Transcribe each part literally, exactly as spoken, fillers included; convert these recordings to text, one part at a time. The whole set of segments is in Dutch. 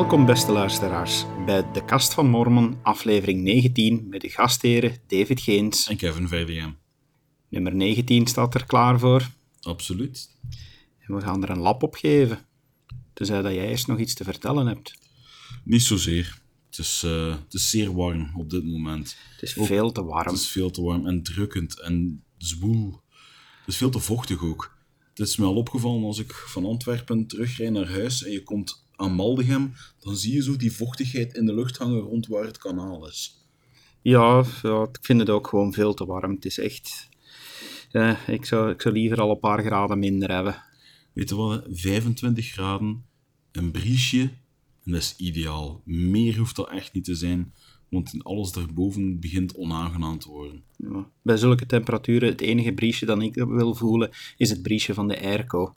Welkom beste luisteraars bij De Kast van Mormon, aflevering negentien, met de gastheren David Geens en Kevin Verdegem. Nummer negentien staat er klaar voor. Absoluut. En we gaan er een lap op geven, tenzij dat jij eerst nog iets te vertellen hebt. Niet zozeer. Het is, uh, het is zeer warm op dit moment. Het is ook, veel te warm. Het is veel te warm en drukkend en zwoel. Het is veel te vochtig ook. Het is me al opgevallen als ik van Antwerpen terugrijd naar huis en je komt aan Maldegem, dan zie je zo die vochtigheid in de lucht hangen rond waar het kanaal is. Ja, ja ik vind het ook gewoon veel te warm. Het is echt... Uh, ik, zou, ik zou liever al een paar graden minder hebben. Weet je wat? vijfentwintig graden, een briesje, en dat is ideaal. Meer hoeft dat echt niet te zijn, want alles daarboven begint onaangenaam te worden. Ja, bij zulke temperaturen, het enige briesje dat ik wil voelen, is het briesje van de airco.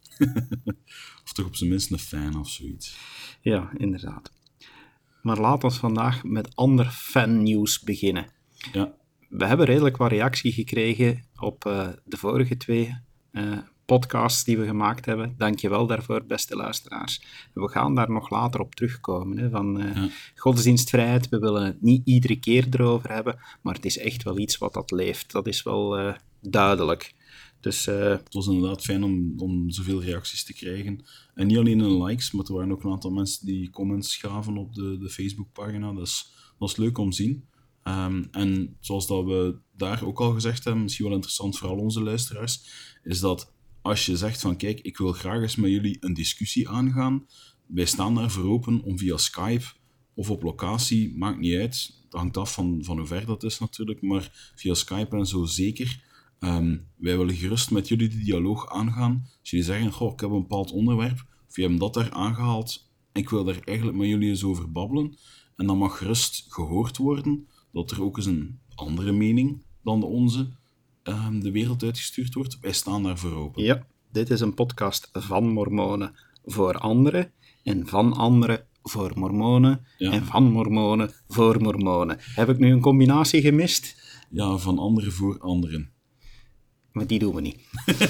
Of toch op zijn minst een fan of zoiets. Ja, inderdaad. Maar laten we vandaag met ander fannieuws beginnen. Ja. We hebben redelijk wat reactie gekregen op uh, de vorige twee uh, podcasts die we gemaakt hebben. Dank je wel daarvoor, beste luisteraars. We gaan daar nog later op terugkomen. Hè, van uh, ja. Godsdienstvrijheid, we willen het niet iedere keer erover hebben, maar het is echt wel iets wat dat leeft. Dat is wel uh, duidelijk. Dus, uh, het was inderdaad fijn om, om zoveel reacties te krijgen. En niet alleen in likes, maar er waren ook een aantal mensen die comments gaven op de, de Facebookpagina. Dus dat was leuk om te zien. Um, en zoals dat we daar ook al gezegd hebben, misschien wel interessant voor al onze luisteraars, is dat als je zegt van kijk, ik wil graag eens met jullie een discussie aangaan, wij staan daarvoor open om via Skype of op locatie, maakt niet uit, dat hangt af van, van hoe ver dat is natuurlijk, maar via Skype en zo zeker. Um, wij willen gerust met jullie de dialoog aangaan. Als jullie zeggen, goh, ik heb een bepaald onderwerp, of je hebt dat daar aangehaald, en ik wil daar eigenlijk met jullie eens over babbelen, en dat mag gerust gehoord worden, dat er ook eens een andere mening dan de onze um, de wereld uitgestuurd wordt. Wij staan daarvoor open. Ja, dit is een podcast van Mormonen voor anderen, en van anderen voor Mormonen, ja. En van Mormonen voor Mormonen. Heb ik nu een combinatie gemist? Ja, van anderen voor anderen. Maar die doen we niet.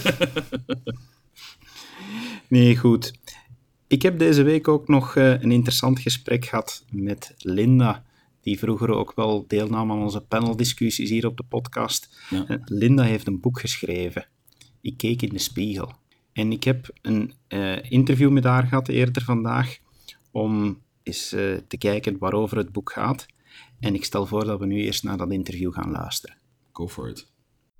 Nee, goed. Ik heb deze week ook nog uh, een interessant gesprek gehad met Linda, die vroeger ook wel deelnam aan onze paneldiscussies hier op de podcast. Ja. Uh, Linda heeft een boek geschreven. Ik keek in de spiegel. En ik heb een uh, interview met haar gehad eerder vandaag, om eens uh, te kijken waarover het boek gaat. En ik stel voor dat we nu eerst naar dat interview gaan luisteren. Go for it.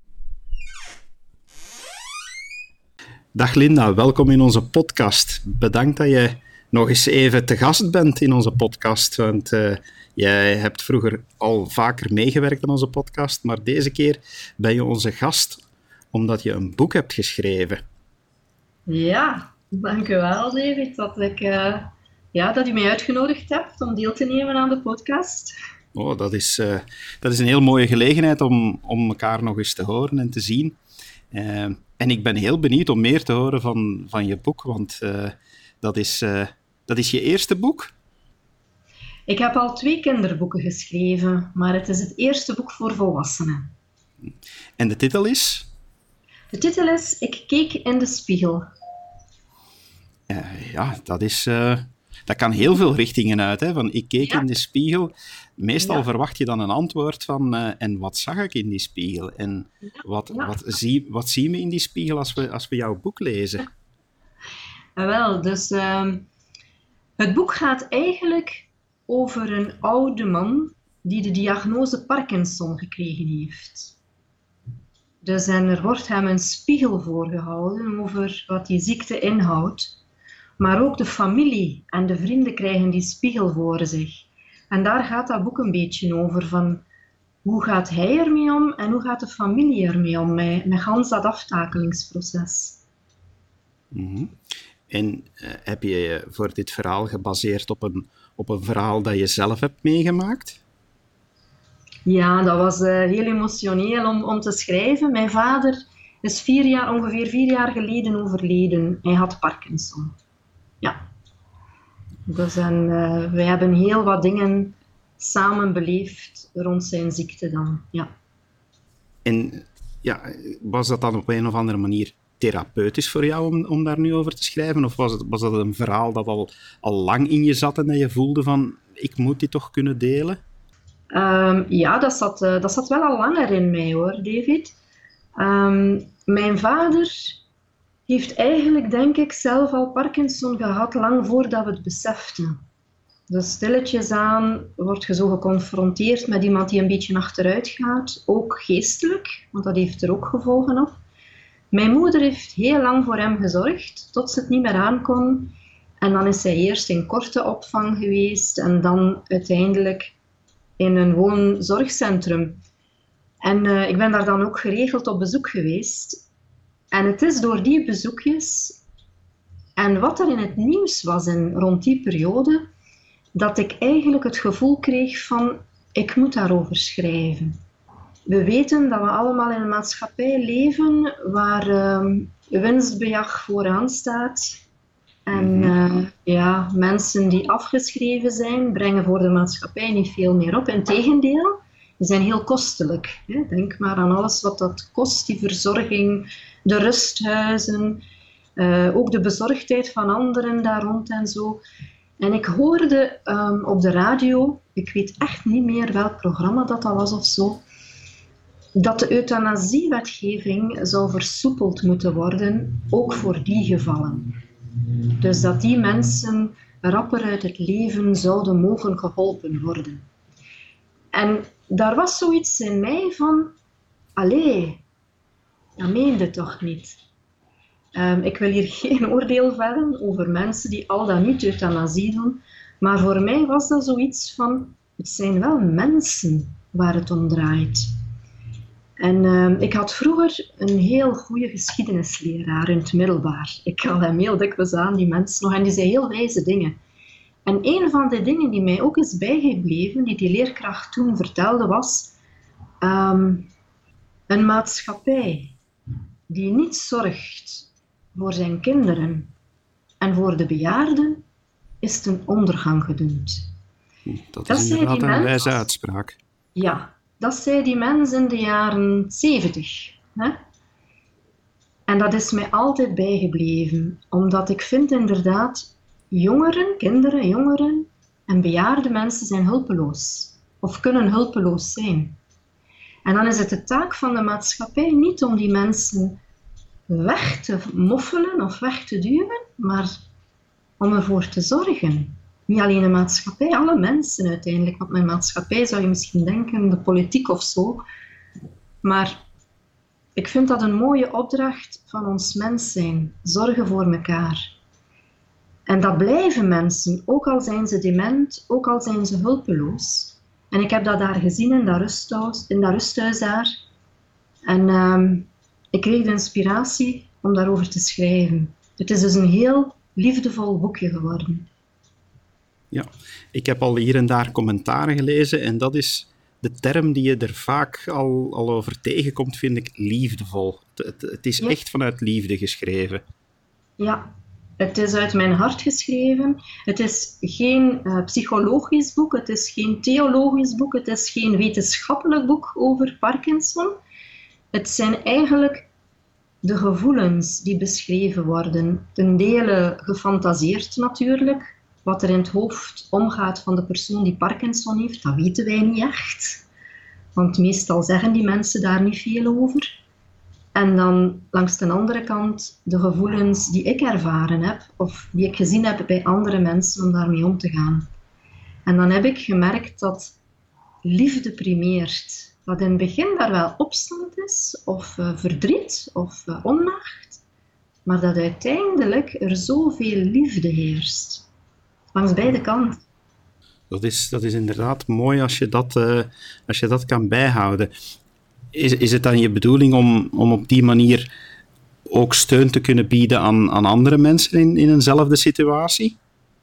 Dag Linda, welkom in onze podcast. Bedankt dat je nog eens even te gast bent in onze podcast, want uh, jij hebt vroeger al vaker meegewerkt aan onze podcast, maar deze keer ben je onze gast omdat je een boek hebt geschreven. Ja, dank u wel David, dat, ik, uh, ja, dat u mij uitgenodigd hebt om deel te nemen aan de podcast. Oh, dat is, uh, dat is een heel mooie gelegenheid om, om elkaar nog eens te horen en te zien. Uh, en ik ben heel benieuwd om meer te horen van, van je boek, want uh, dat, is, uh, dat is je eerste boek? Ik heb al twee kinderboeken geschreven, maar het is het eerste boek voor volwassenen. En de titel is? De titel is Ik keek in de spiegel. Uh, ja, dat is... Uh... Dat kan heel veel richtingen uit, hè? Van ik keek ja. in de spiegel. Meestal ja. verwacht je dan een antwoord van uh, en wat zag ik in die spiegel? En wat, ja. wat, zie, wat zien we in die spiegel als we, als we jouw boek lezen? Ja, wel, dus uh, het boek gaat eigenlijk over een oude man die de diagnose Parkinson gekregen heeft. Dus en er wordt hem een spiegel voorgehouden over wat die ziekte inhoudt. Maar ook de familie en de vrienden krijgen die spiegel voor zich. En daar gaat dat boek een beetje over, van hoe gaat hij ermee om en hoe gaat de familie ermee om, met, met gans dat aftakelingsproces. Mm-hmm. En uh, heb je je voor dit verhaal gebaseerd op een, op een verhaal dat je zelf hebt meegemaakt? Ja, dat was uh, heel emotioneel om, om te schrijven. Mijn vader is vier jaar, ongeveer vier jaar geleden overleden. Hij had Parkinson. Ja, dus en, uh, wij hebben heel wat dingen samen beleefd rond zijn ziekte dan, ja. En ja, was dat dan op een of andere manier therapeutisch voor jou om, om daar nu over te schrijven? Of was, het, was dat een verhaal dat al, al lang in je zat en dat je voelde van, ik moet dit toch kunnen delen? Um, ja, dat zat, uh, dat zat wel al langer in mij hoor, David. Um, mijn vader heeft eigenlijk, denk ik, zelf al Parkinson gehad, lang voordat we het beseften. Dus stilletjes aan word je zo geconfronteerd met iemand die een beetje achteruit gaat, ook geestelijk, want dat heeft er ook gevolgen op. Mijn moeder heeft heel lang voor hem gezorgd, tot ze het niet meer aankon. En dan is hij eerst in korte opvang geweest en dan uiteindelijk in een woonzorgcentrum. En uh, ik ben daar dan ook geregeld op bezoek geweest. En het is door die bezoekjes en wat er in het nieuws was in, rond die periode, dat ik eigenlijk het gevoel kreeg van, ik moet daarover schrijven. We weten dat we allemaal in een maatschappij leven waar uh, winstbejag vooraan staat. En uh, ja, mensen die afgeschreven zijn, brengen voor de maatschappij niet veel meer op. Integendeel, die zijn heel kostelijk. Hè? Denk maar aan alles wat dat kost, die verzorging, de rusthuizen, uh, ook de bezorgdheid van anderen daar rond en zo. En ik hoorde um, op de radio, ik weet echt niet meer welk programma dat, dat was of zo, dat de euthanasiewetgeving zou versoepeld moeten worden, ook voor die gevallen. Dus dat die mensen rapper uit het leven zouden mogen geholpen worden. En daar was zoiets in mij van, allee, dat meende toch niet. Um, ik wil hier geen oordeel vellen over mensen die al dan niet euthanasie doen, maar voor mij was dat zoiets van, het zijn wel mensen waar het om draait. En uh, ik had vroeger een heel goede geschiedenisleraar in het middelbaar. Ik haal hem heel dikwijls aan, die mensen nog, en die zei heel wijze dingen. En een van de dingen die mij ook is bijgebleven, die die leerkracht toen vertelde, was um, een maatschappij die niet zorgt voor zijn kinderen en voor de bejaarden, is ten ondergang gedoemd. Dat is dat inderdaad een wijze uitspraak. Ja. Dat zei die mens in de jaren zeventig. Hè? En dat is mij altijd bijgebleven. Omdat ik vind inderdaad, jongeren, kinderen, jongeren en bejaarde mensen zijn hulpeloos. Of kunnen hulpeloos zijn. En dan is het de taak van de maatschappij niet om die mensen weg te moffelen of weg te duwen, maar om ervoor te zorgen. Niet alleen de maatschappij, alle mensen uiteindelijk. Want met maatschappij zou je misschien denken, de politiek of zo. Maar ik vind dat een mooie opdracht van ons mens zijn. Zorgen voor elkaar. En dat blijven mensen, ook al zijn ze dement, ook al zijn ze hulpeloos. En ik heb dat daar gezien in dat rusthuis, in dat rusthuis daar. En um, ik kreeg de inspiratie om daarover te schrijven. Het is dus een heel liefdevol boekje geworden. Ja, ik heb al hier en daar commentaren gelezen en dat is de term die je er vaak al, al over tegenkomt, vind ik, liefdevol. Het, het is ja. echt vanuit liefde geschreven. Ja, het is uit mijn hart geschreven. Het is geen uh, psychologisch boek, het is geen theologisch boek, het is geen wetenschappelijk boek over Parkinson. Het zijn eigenlijk de gevoelens die beschreven worden. Ten dele gefantaseerd natuurlijk. Wat er in het hoofd omgaat van de persoon die Parkinson heeft, dat weten wij niet echt. Want meestal zeggen die mensen daar niet veel over. En dan langs de andere kant de gevoelens die ik ervaren heb, of die ik gezien heb bij andere mensen om daarmee om te gaan. En dan heb ik gemerkt dat liefde primeert. Dat in het begin daar wel opstand is, of uh, verdriet, of uh, onmacht. Maar dat uiteindelijk er zoveel liefde heerst. Langs beide kanten. Dat is, dat is inderdaad mooi als je dat, uh, als je dat kan bijhouden. Is, is het dan je bedoeling om, om op die manier ook steun te kunnen bieden aan, aan andere mensen in, in eenzelfde situatie?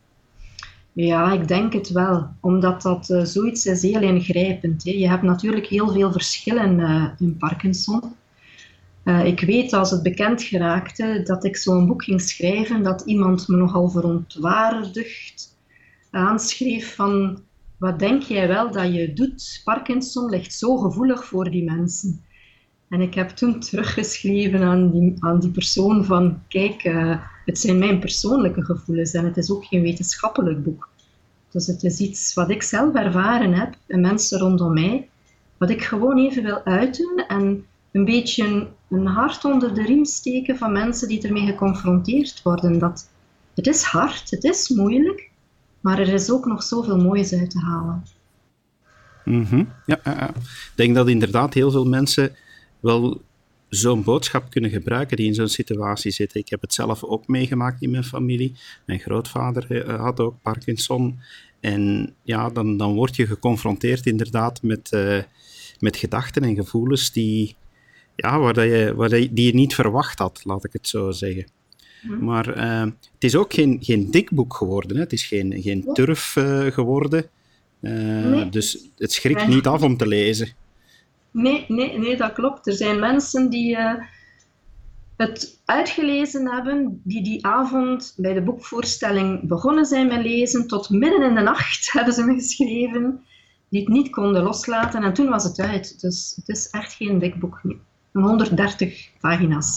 Ja, ik denk het wel. Omdat dat uh, zoiets is heel ingrijpend. Hè. Je hebt natuurlijk heel veel verschillen uh, in Parkinson. Uh, ik weet als het bekend geraakte dat ik zo'n boek ging schrijven, dat iemand me nogal verontwaardigd aanschreef van, wat denk jij wel dat je doet? Parkinson ligt zo gevoelig voor die mensen. En ik heb toen teruggeschreven aan die, aan die persoon van, kijk, uh, het zijn mijn persoonlijke gevoelens en het is ook geen wetenschappelijk boek. Dus het is iets wat ik zelf ervaren heb en mensen rondom mij, wat ik gewoon even wil uiten en een beetje een, een hart onder de riem steken van mensen die ermee geconfronteerd worden. Dat het is hard, het is moeilijk, maar er is ook nog zoveel moois uit te halen. Mm-hmm. Ja, ja, ja. Ik denk dat inderdaad heel veel mensen wel zo'n boodschap kunnen gebruiken die in zo'n situatie zitten. Ik heb het zelf ook meegemaakt in mijn familie. Mijn grootvader had ook Parkinson. En ja, dan, dan word je geconfronteerd inderdaad met, uh, met gedachten en gevoelens die, ja, waar, dat je, waar dat je, die je niet verwacht had, laat ik het zo zeggen. Mm. Maar uh, het is ook geen, geen dik boek geworden. Hè? Het is geen, geen turf uh, geworden. Uh, nee. Dus het schrikt nee. niet af om te lezen. Nee, nee, nee, dat klopt. Er zijn mensen die uh, het uitgelezen hebben, die die avond bij de boekvoorstelling begonnen zijn met lezen, tot midden in de nacht hebben ze me geschreven, die het niet konden loslaten en toen was het uit. Dus het is echt geen dik boek, nee. honderddertig pagina's.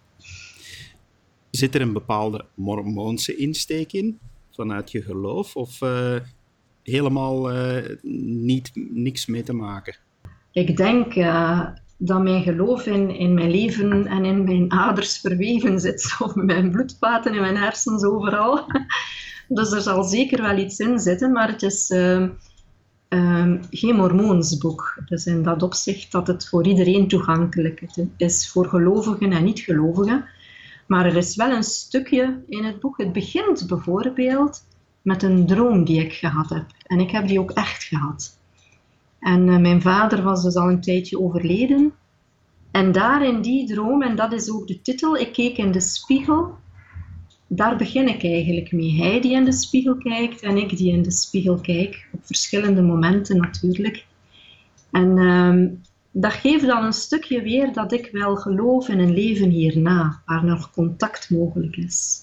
Zit er een bepaalde mormoonse insteek in, vanuit je geloof, of uh, helemaal uh, niet, niks mee te maken? Ik denk uh, dat mijn geloof in, in mijn leven en in mijn aders verweven zit. Of in mijn bloedvaten, in mijn hersens, overal. Dus er zal zeker wel iets in zitten, maar het is uh, uh, geen mormoons boek. Dus in dat opzicht dat het voor iedereen toegankelijk is, voor gelovigen en niet-gelovigen. Maar er is wel een stukje in het boek. Het begint bijvoorbeeld met een droom die ik gehad heb. En ik heb die ook echt gehad. En uh, mijn vader was dus al een tijdje overleden. En daar in die droom, en dat is ook de titel, ik keek in de spiegel. Daar begin ik eigenlijk mee. Hij die in de spiegel kijkt en ik die in de spiegel kijk. Op verschillende momenten natuurlijk. En uh, dat geeft dan een stukje weer dat ik wel geloof in een leven hierna, waar nog contact mogelijk is.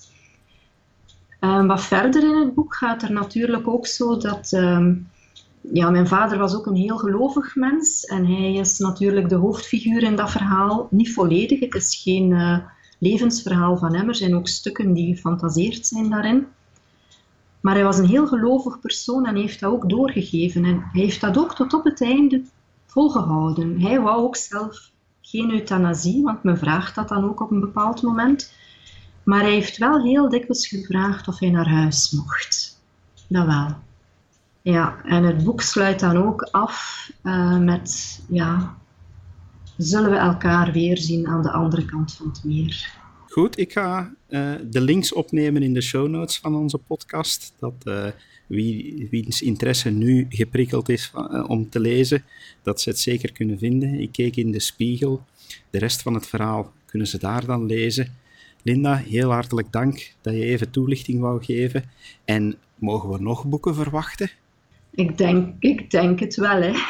Uh, wat verder in het boek gaat er natuurlijk ook zo dat... Uh, Ja, mijn vader was ook een heel gelovig mens en hij is natuurlijk de hoofdfiguur in dat verhaal. Niet volledig, het is geen uh, levensverhaal van hem. Er zijn ook stukken die gefantaseerd zijn daarin. Maar hij was een heel gelovig persoon en heeft dat ook doorgegeven. En hij heeft dat ook tot op het einde volgehouden. Hij wou ook zelf geen euthanasie, want men vraagt dat dan ook op een bepaald moment. Maar hij heeft wel heel dikwijls gevraagd of hij naar huis mocht. Dat wel. Ja, en het boek sluit dan ook af uh, met, ja, zullen we elkaar weerzien aan de andere kant van het meer. Goed, ik ga uh, de links opnemen in de show notes van onze podcast, dat uh, wie, wiens interesse nu geprikkeld is van, uh, om te lezen, dat ze het zeker kunnen vinden. Ik keek in de spiegel, de rest van het verhaal kunnen ze daar dan lezen. Linda, heel hartelijk dank dat je even toelichting wou geven. En mogen we nog boeken verwachten? Ik denk, ik denk het wel, hè.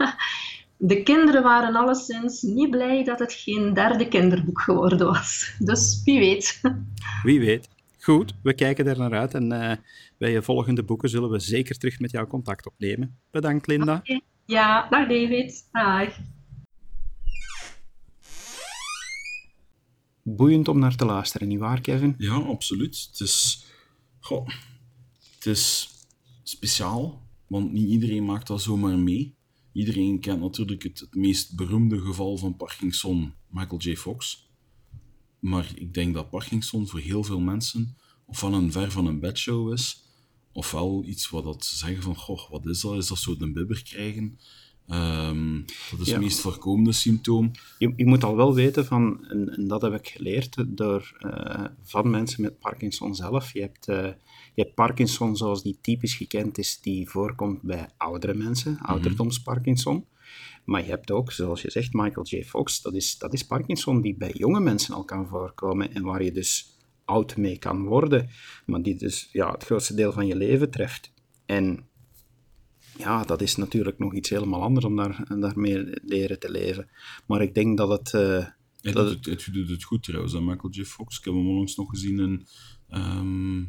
De kinderen waren alleszins niet blij dat het geen derde kinderboek geworden was. Dus wie weet. Wie weet. Goed, we kijken er naar uit. En uh, bij je volgende boeken zullen we zeker terug met jou contact opnemen. Bedankt, Linda. Okay. Ja, dag David. Dag. Boeiend om naar te luisteren, nietwaar, Kevin? Ja, absoluut. Het is... Goh, het is speciaal. Want niet iedereen maakt dat zomaar mee. Iedereen kent natuurlijk het, het meest beroemde geval van Parkinson, Michael J. Fox. Maar ik denk dat Parkinson voor heel veel mensen ofwel een ver van een bedshow is, ofwel iets wat dat ze zeggen van, goh, wat is dat? Is dat zo de bibber krijgen? Um, dat is ja. het meest voorkomende symptoom. Je, je moet al wel weten, van, en, en dat heb ik geleerd door, uh, van mensen met Parkinson zelf. Je hebt, uh, je hebt Parkinson zoals die typisch gekend is, die voorkomt bij oudere mensen, mm-hmm. ouderdoms-Parkinson. Maar je hebt ook, zoals je zegt, Michael J. Fox, dat is, dat is Parkinson die bij jonge mensen al kan voorkomen en waar je dus oud mee kan worden, maar die dus ja, het grootste deel van je leven treft. En ja, dat is natuurlijk nog iets helemaal anders om daar, daarmee leren te leven. Maar ik denk dat het... Uh, ja, dat het, het, het doet het goed trouwens, hè, Michael J. Fox. Ik heb hem onlangs nog gezien in... Um,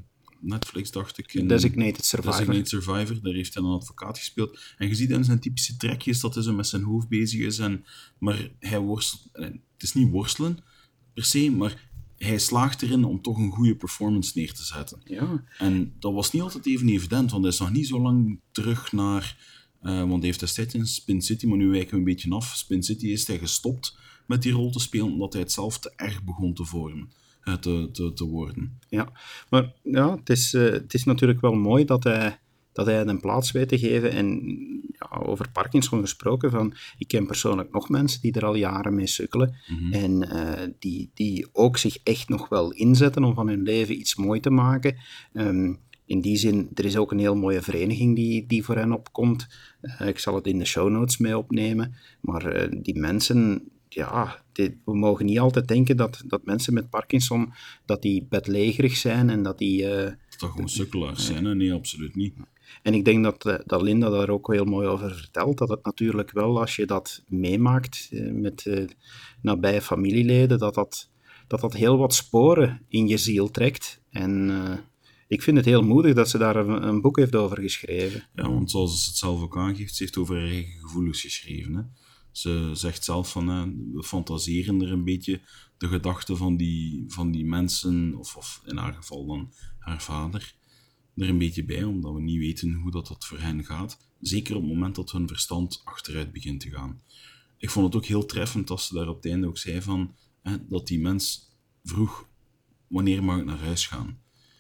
Netflix, dacht ik. In Designated Survivor. Designated Survivor, daar heeft hij een advocaat gespeeld. En je ziet in zijn typische trekjes dat hij zo met zijn hoofd bezig is. En, maar hij worstelt... Het is niet worstelen, per se, maar hij slaagt erin om toch een goede performance neer te zetten. Ja. En dat was niet altijd even evident, want hij is nog niet zo lang terug naar... Uh, want hij heeft destijds in Spin City, maar nu wijken we een beetje af. Spin City is hij gestopt met die rol te spelen, omdat hij het zelf te erg begon te vormen. Te, te, te worden. Ja, maar ja, het, is, uh, het is natuurlijk wel mooi dat hij, dat hij een plaats weet te geven. En ja, over Parkinson gesproken, van, ik ken persoonlijk nog mensen die er al jaren mee sukkelen. Mm-hmm. En uh, die, die ook zich echt nog wel inzetten om van hun leven iets mooi te maken. Um, in die zin, er is ook een heel mooie vereniging die, die voor hen opkomt. Uh, ik zal het in de show notes mee opnemen. Maar uh, die mensen... Ja, dit, we mogen niet altijd denken dat, dat mensen met Parkinson dat die bedlegerig zijn en dat die... Uh, dat dat gewoon sukkelaars zijn, hè? Nee, absoluut niet. En ik denk dat, uh, dat Linda daar ook heel mooi over vertelt, dat het natuurlijk wel, als je dat meemaakt uh, met uh, nabije familieleden, dat dat, dat dat heel wat sporen in je ziel trekt. En uh, ik vind het heel moedig dat ze daar een, een boek heeft over geschreven. Ja, want zoals ze het zelf ook aangeeft, ze heeft over haar eigen gevoelens geschreven, hè. Ze zegt zelf van, eh, we fantaseren er een beetje de gedachten van die, van die mensen, of, of in haar geval dan haar vader, er een beetje bij, omdat we niet weten hoe dat, dat voor hen gaat. Zeker op het moment dat hun verstand achteruit begint te gaan. Ik vond het ook heel treffend dat ze daar op het einde ook zei van, eh, dat die mens vroeg, wanneer mag ik naar huis gaan?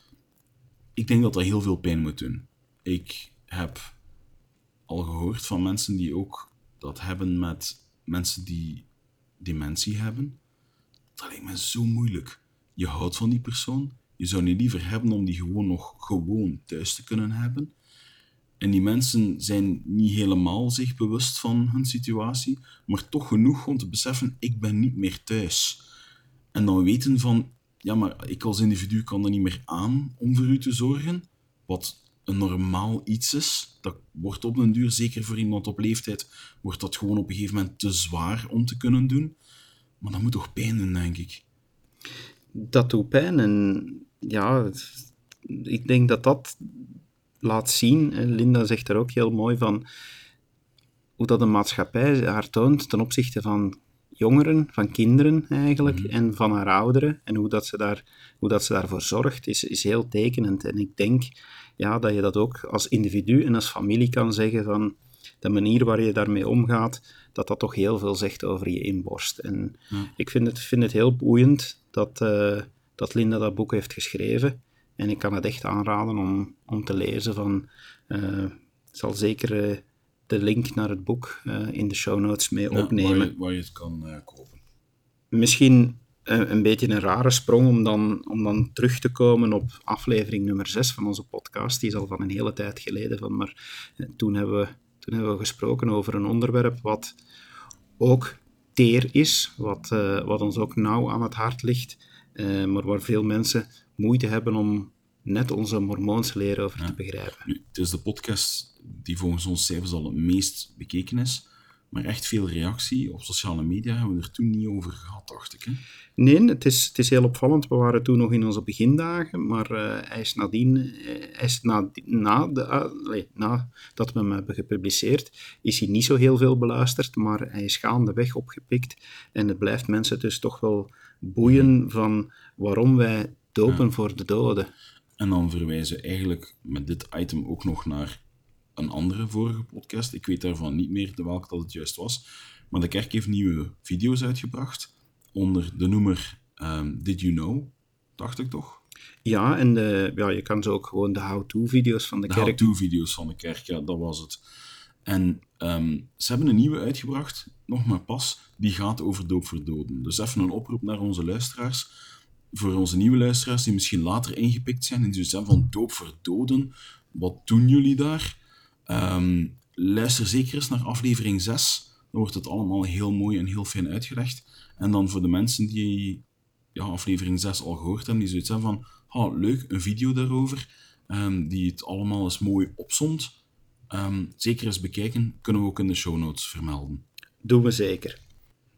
Ik denk dat dat heel veel pijn moet doen. Ik heb al gehoord van mensen die ook dat hebben met mensen die dementie hebben. Dat lijkt me zo moeilijk. Je houdt van die persoon. Je zou niet liever hebben om die gewoon nog gewoon thuis te kunnen hebben. En die mensen zijn niet helemaal zich bewust van hun situatie, maar toch genoeg om te beseffen, ik ben niet meer thuis. En dan weten van, ja, maar ik als individu kan er niet meer aan om voor u te zorgen, wat een normaal iets is. Dat wordt op den duur, zeker voor iemand op leeftijd, wordt dat gewoon op een gegeven moment te zwaar om te kunnen doen. Maar dat moet toch pijn doen, denk ik. Dat doet pijn. En ja, ik denk dat dat laat zien, en Linda zegt er ook heel mooi van, hoe dat de maatschappij haar toont ten opzichte van jongeren, van kinderen eigenlijk, mm-hmm. en van haar ouderen, en hoe dat ze, daar, hoe dat ze daarvoor zorgt, is, is heel tekenend. En ik denk ja, dat je dat ook als individu en als familie kan zeggen van de manier waar je daarmee omgaat, dat dat toch heel veel zegt over je inborst. En mm. ik vind het, vind het heel boeiend dat, uh, dat Linda dat boek heeft geschreven. En ik kan het echt aanraden om, om te lezen. Van, uh, ik zal zeker uh, de link naar het boek uh, in de show notes mee ja, opnemen. Waar je, waar je het kan uh, kopen. Misschien uh, een beetje een rare sprong om dan, om dan terug te komen op aflevering nummer zes van onze podcast. Die is al van een hele tijd geleden. Van, maar uh, toen, hebben we, toen hebben we gesproken over een onderwerp wat ook teer is. Wat, uh, wat ons ook nauw aan het hart ligt. Uh, maar waar veel mensen moeite hebben om net onze mormoonsleer over ja. te begrijpen. Nu, het is de podcast die volgens ons cijfers al het meest bekeken is, maar echt veel reactie op sociale media hebben we er toen niet over gehad, dacht ik. Hè? Nee, het is, het is heel opvallend. We waren toen nog in onze begindagen, maar uh, hij is nadien, uh, hij is na, na, de, uh, nee, na dat we hem hebben gepubliceerd, is hij niet zo heel veel beluisterd, maar hij is gaandeweg opgepikt en het blijft mensen dus toch wel boeien van waarom wij dopen ja. voor de doden. En dan verwijzen we eigenlijk met dit item ook nog naar een andere vorige podcast. Ik weet daarvan niet meer de welke dat het juist was. Maar de kerk heeft nieuwe video's uitgebracht onder de noemer um, Did You Know, dacht ik toch? Ja, en de, ja, je kan zo ook gewoon de how-to-video's van de, de kerk... De how-to-video's van de kerk, ja, dat was het. En um, ze hebben een nieuwe uitgebracht, nog maar pas, die gaat over doop voor doden. Dus even een oproep naar onze luisteraars. Voor onze nieuwe luisteraars die misschien later ingepikt zijn en die zeggen van doop voor doden, wat doen jullie daar? Um, luister zeker eens naar aflevering zes. Dan wordt het allemaal heel mooi en heel fijn uitgelegd. En dan voor de mensen die ja, aflevering zes al gehoord hebben, die zoiets hebben van, oh, leuk, een video daarover, um, die het allemaal eens mooi opsomt. Um, zeker eens bekijken, kunnen we ook in de show notes vermelden. Doen we zeker.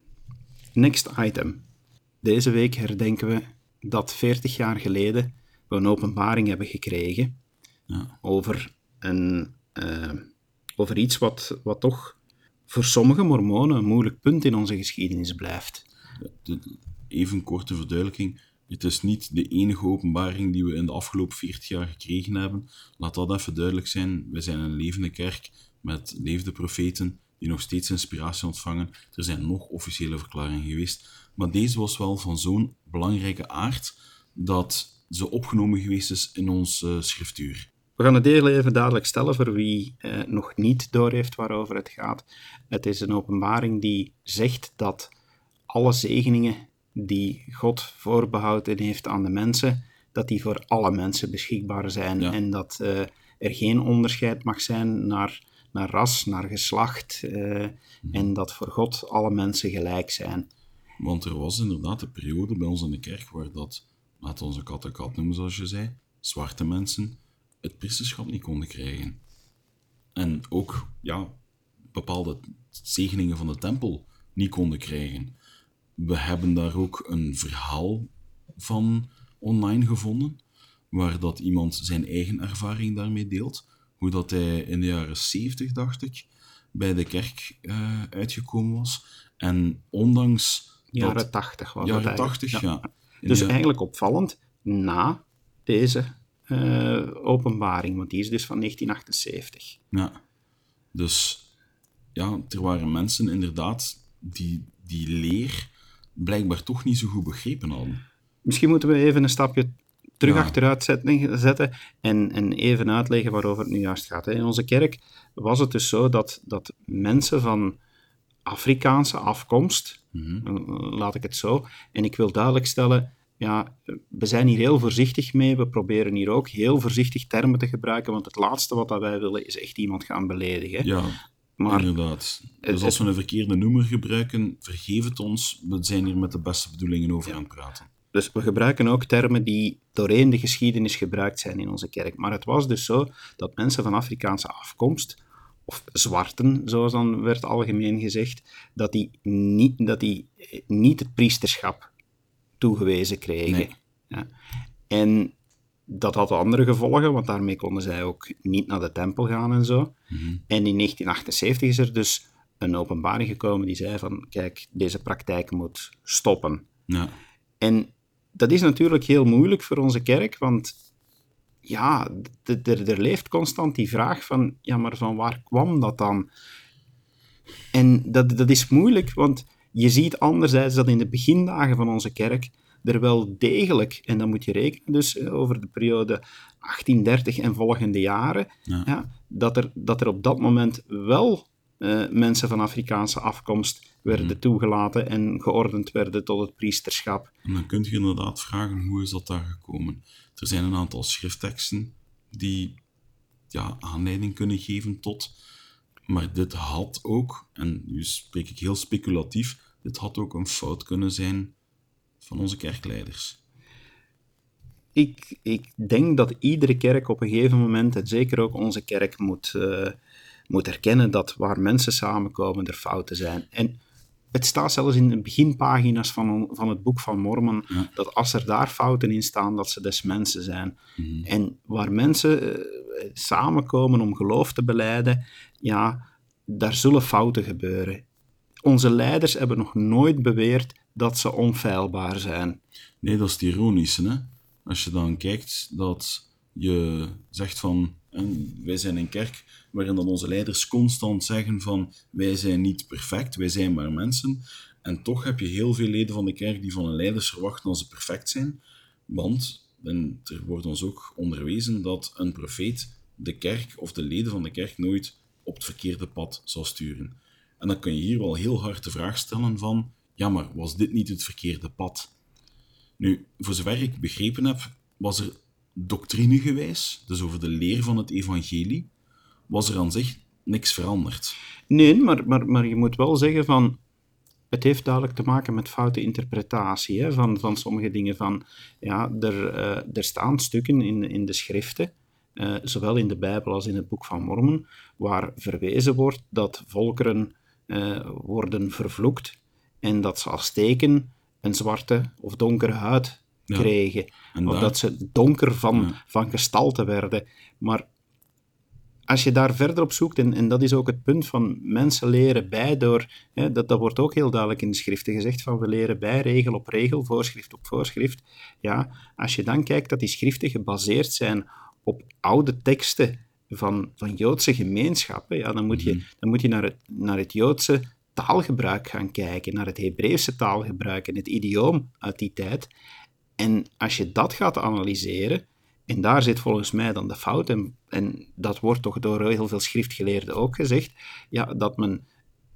Next item. Deze week herdenken we dat veertig jaar geleden we een openbaring hebben gekregen Ja. over, een, uh, over iets wat, wat toch voor sommige mormonen een moeilijk punt in onze geschiedenis blijft. De, even korte verduidelijking. Het is niet de enige openbaring die we in de afgelopen veertig jaar gekregen hebben. Laat dat even duidelijk zijn. Wij zijn een levende kerk met levende profeten die nog steeds inspiratie ontvangen. Er zijn nog officiële verklaringen geweest. Maar deze was wel van zo'n belangrijke aard dat ze opgenomen geweest is in onze uh, schriftuur. We gaan het heel even duidelijk stellen voor wie eh, nog niet doorheeft waarover het gaat. Het is een openbaring die zegt dat alle zegeningen die God voorbehouden heeft aan de mensen, dat die voor alle mensen beschikbaar zijn. Ja. En dat uh, er geen onderscheid mag zijn naar, naar ras, naar geslacht. Uh, mm. En dat voor God alle mensen gelijk zijn. Want er was inderdaad een periode bij ons in de kerk waar dat, laten we onze kat en kat noemen zoals je zei, zwarte mensen het priesterschap niet konden krijgen. En ook ja, bepaalde zegeningen van de tempel niet konden krijgen. We hebben daar ook een verhaal van online gevonden, waar dat iemand zijn eigen ervaring daarmee deelt. Hoe dat hij in de jaren zeventig, dacht ik, bij de kerk uh, uitgekomen was. En ondanks... Jaren tachtig was jaren dat tachtig, ja. ja. Dus de... eigenlijk opvallend, na deze uh, openbaring, want die is dus van negentien achtenzeventig. Ja, dus ja, er waren mensen inderdaad die die leer blijkbaar toch niet zo goed begrepen hadden. Misschien moeten we even een stapje terug ja. achteruit zetten en, en even uitleggen waarover het nu juist gaat. In onze kerk was het dus zo dat, dat mensen van Afrikaanse afkomst, mm-hmm. laat ik het zo, en ik wil duidelijk stellen, ja, we zijn hier heel voorzichtig mee, we proberen hier ook heel voorzichtig termen te gebruiken, want het laatste wat wij willen is echt iemand gaan beledigen. Ja. Maar, inderdaad. Dus als we een verkeerde noemer gebruiken, vergeef het ons. We zijn hier met de beste bedoelingen over ja. aan het praten. Dus we gebruiken ook termen die doorheen de geschiedenis gebruikt zijn in onze kerk. Maar het was dus zo dat mensen van Afrikaanse afkomst, of zwarten, zoals dan werd algemeen gezegd, dat die niet, dat die niet het priesterschap toegewezen kregen. Nee. Ja. En dat had andere gevolgen, want daarmee konden zij ook niet naar de tempel gaan en zo. Mm-hmm. En in negentien achtenzeventig is er dus een openbaring gekomen die zei van, kijk, deze praktijk moet stoppen. Ja. En dat is natuurlijk heel moeilijk voor onze kerk, want ja, d- d- er leeft constant die vraag van, ja, maar van waar kwam dat dan? En dat, dat is moeilijk, want je ziet anderzijds dat in de begindagen van onze kerk er wel degelijk, en dan moet je rekenen dus over de periode achttien dertig en volgende jaren, ja. Ja, dat, er, dat er op dat moment wel uh, mensen van Afrikaanse afkomst werden mm. toegelaten en geordend werden tot het priesterschap. En dan kun je inderdaad vragen, hoe is dat daar gekomen? Er zijn een aantal schriftteksten die ja, aanleiding kunnen geven tot, maar dit had ook, en nu spreek ik heel speculatief, dit had ook een fout kunnen zijn van onze kerkleiders. Ik, ik denk dat iedere kerk op een gegeven moment, en zeker ook onze kerk, moet, uh, moet erkennen dat waar mensen samenkomen er fouten zijn. En het staat zelfs in de beginpagina's van, van het boek van Mormon, ja. dat als er daar fouten in staan, dat ze des mensen zijn. Mm-hmm. En waar mensen uh, samenkomen om geloof te belijden, ja, daar zullen fouten gebeuren. Onze leiders hebben nog nooit beweerd dat ze onfeilbaar zijn. Nee, dat is het ironische, hè? Als je dan kijkt dat je zegt van, en wij zijn een kerk waarin dan onze leiders constant zeggen van, wij zijn niet perfect, wij zijn maar mensen. En toch heb je heel veel leden van de kerk die van hun leiders verwachten dat ze perfect zijn. Want, en er wordt ons ook onderwezen dat een profeet de kerk of de leden van de kerk nooit op het verkeerde pad zal sturen. En dan kun je hier wel heel hard de vraag stellen van, ja, maar was dit niet het verkeerde pad? Nu, voor zover ik begrepen heb, was er doctrinegewijs, dus over de leer van het evangelie, was er aan zich niks veranderd. Nee, maar, maar, maar je moet wel zeggen van, het heeft duidelijk te maken met foute interpretatie hè, van, van sommige dingen. Van, ja, er, uh, er staan stukken in, in de schriften, uh, zowel in de Bijbel als in het boek van Mormon, waar verwezen wordt dat volkeren uh, worden vervloekt en dat ze als teken een zwarte of donkere huid Ja. kregen. En Of daar- dat ze donker van, Ja. van gestalte werden. Maar als je daar verder op zoekt, en, en dat is ook het punt van mensen leren bij door, hè, dat, dat wordt ook heel duidelijk in de schriften gezegd, van we leren bij regel op regel, voorschrift op voorschrift. Ja, als je dan kijkt dat die schriften gebaseerd zijn op oude teksten van, van Joodse gemeenschappen, ja, dan moet je, dan moet je naar, het, naar het Joodse taalgebruik gaan kijken, naar het Hebreeuwse taalgebruik en het idioom uit die tijd. En als je dat gaat analyseren, en daar zit volgens mij dan de fout, en, en dat wordt toch door heel veel schriftgeleerden ook gezegd, ja, dat men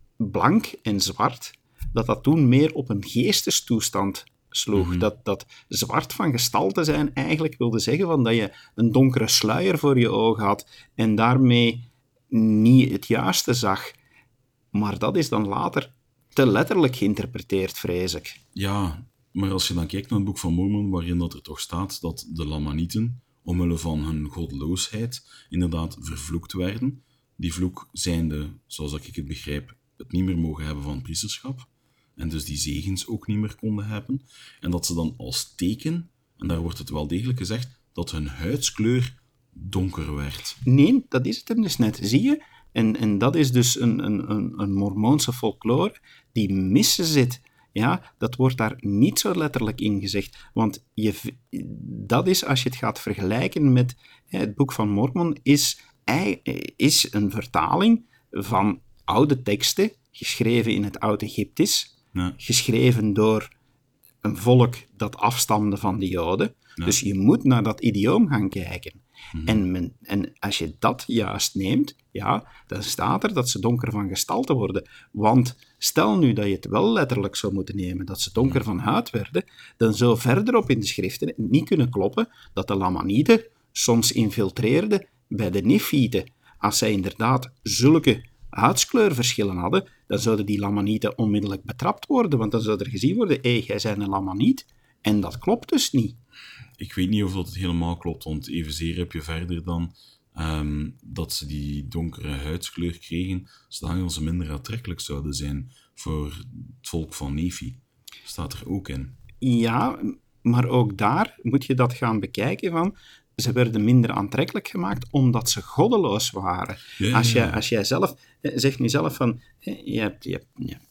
blank en zwart, dat dat toen meer op een geestestoestand sloeg. Mhm. Dat, dat zwart van gestalte zijn eigenlijk wilde zeggen van dat je een donkere sluier voor je ogen had en daarmee niet het juiste zag. Maar dat is dan later te letterlijk geïnterpreteerd, vrees ik. Ja, maar als je dan kijkt naar het boek van Mormon, waarin dat er toch staat dat de Lamanieten, omwille van hun goddeloosheid, inderdaad vervloekt werden. Die vloek zijnde, zoals ik het begrijp, het niet meer mogen hebben van priesterschap. En dus die zegens ook niet meer konden hebben. En dat ze dan als teken, en daar wordt het wel degelijk gezegd, dat hun huidskleur donker werd. Nee, dat is het hem dus net, zie je? En, en dat is dus een, een, een, een Mormoonse folklore die missen zit. Ja, dat wordt daar niet zo letterlijk in gezegd. Want je, v- dat is, als je het gaat vergelijken met hè, het boek van Mormon, is, ei- is een vertaling van oude teksten, geschreven in het Oud-Egyptisch, Ja. geschreven door een volk dat afstamde van de Joden. Ja. Dus je moet naar dat idioom gaan kijken. En, men, en als je dat juist neemt, ja, dan staat er dat ze donker van gestalte worden. Want stel nu dat je het wel letterlijk zou moeten nemen, dat ze donker van huid werden, dan zou verderop in de schriften het niet kunnen kloppen dat de Lamanieten soms infiltreerden bij de Nefieten. Als zij inderdaad zulke huidskleurverschillen hadden, dan zouden die Lamanieten onmiddellijk betrapt worden, want dan zou er gezien worden, hé, jij bent een Lamaniet. En dat klopt dus niet. Ik weet niet of dat het helemaal klopt, want evenzeer heb je verder dan ehm, dat ze die donkere huidskleur kregen, zodat ze minder aantrekkelijk zouden zijn voor het volk van Nefi. Staat er ook in. Ja, maar ook daar moet je dat gaan bekijken van, ze werden minder aantrekkelijk gemaakt omdat ze goddeloos waren. Ja, Als, jij, ja. als jij zelf, eh, zegt nu zelf van, eh, je hebt, je hebt, je hebt,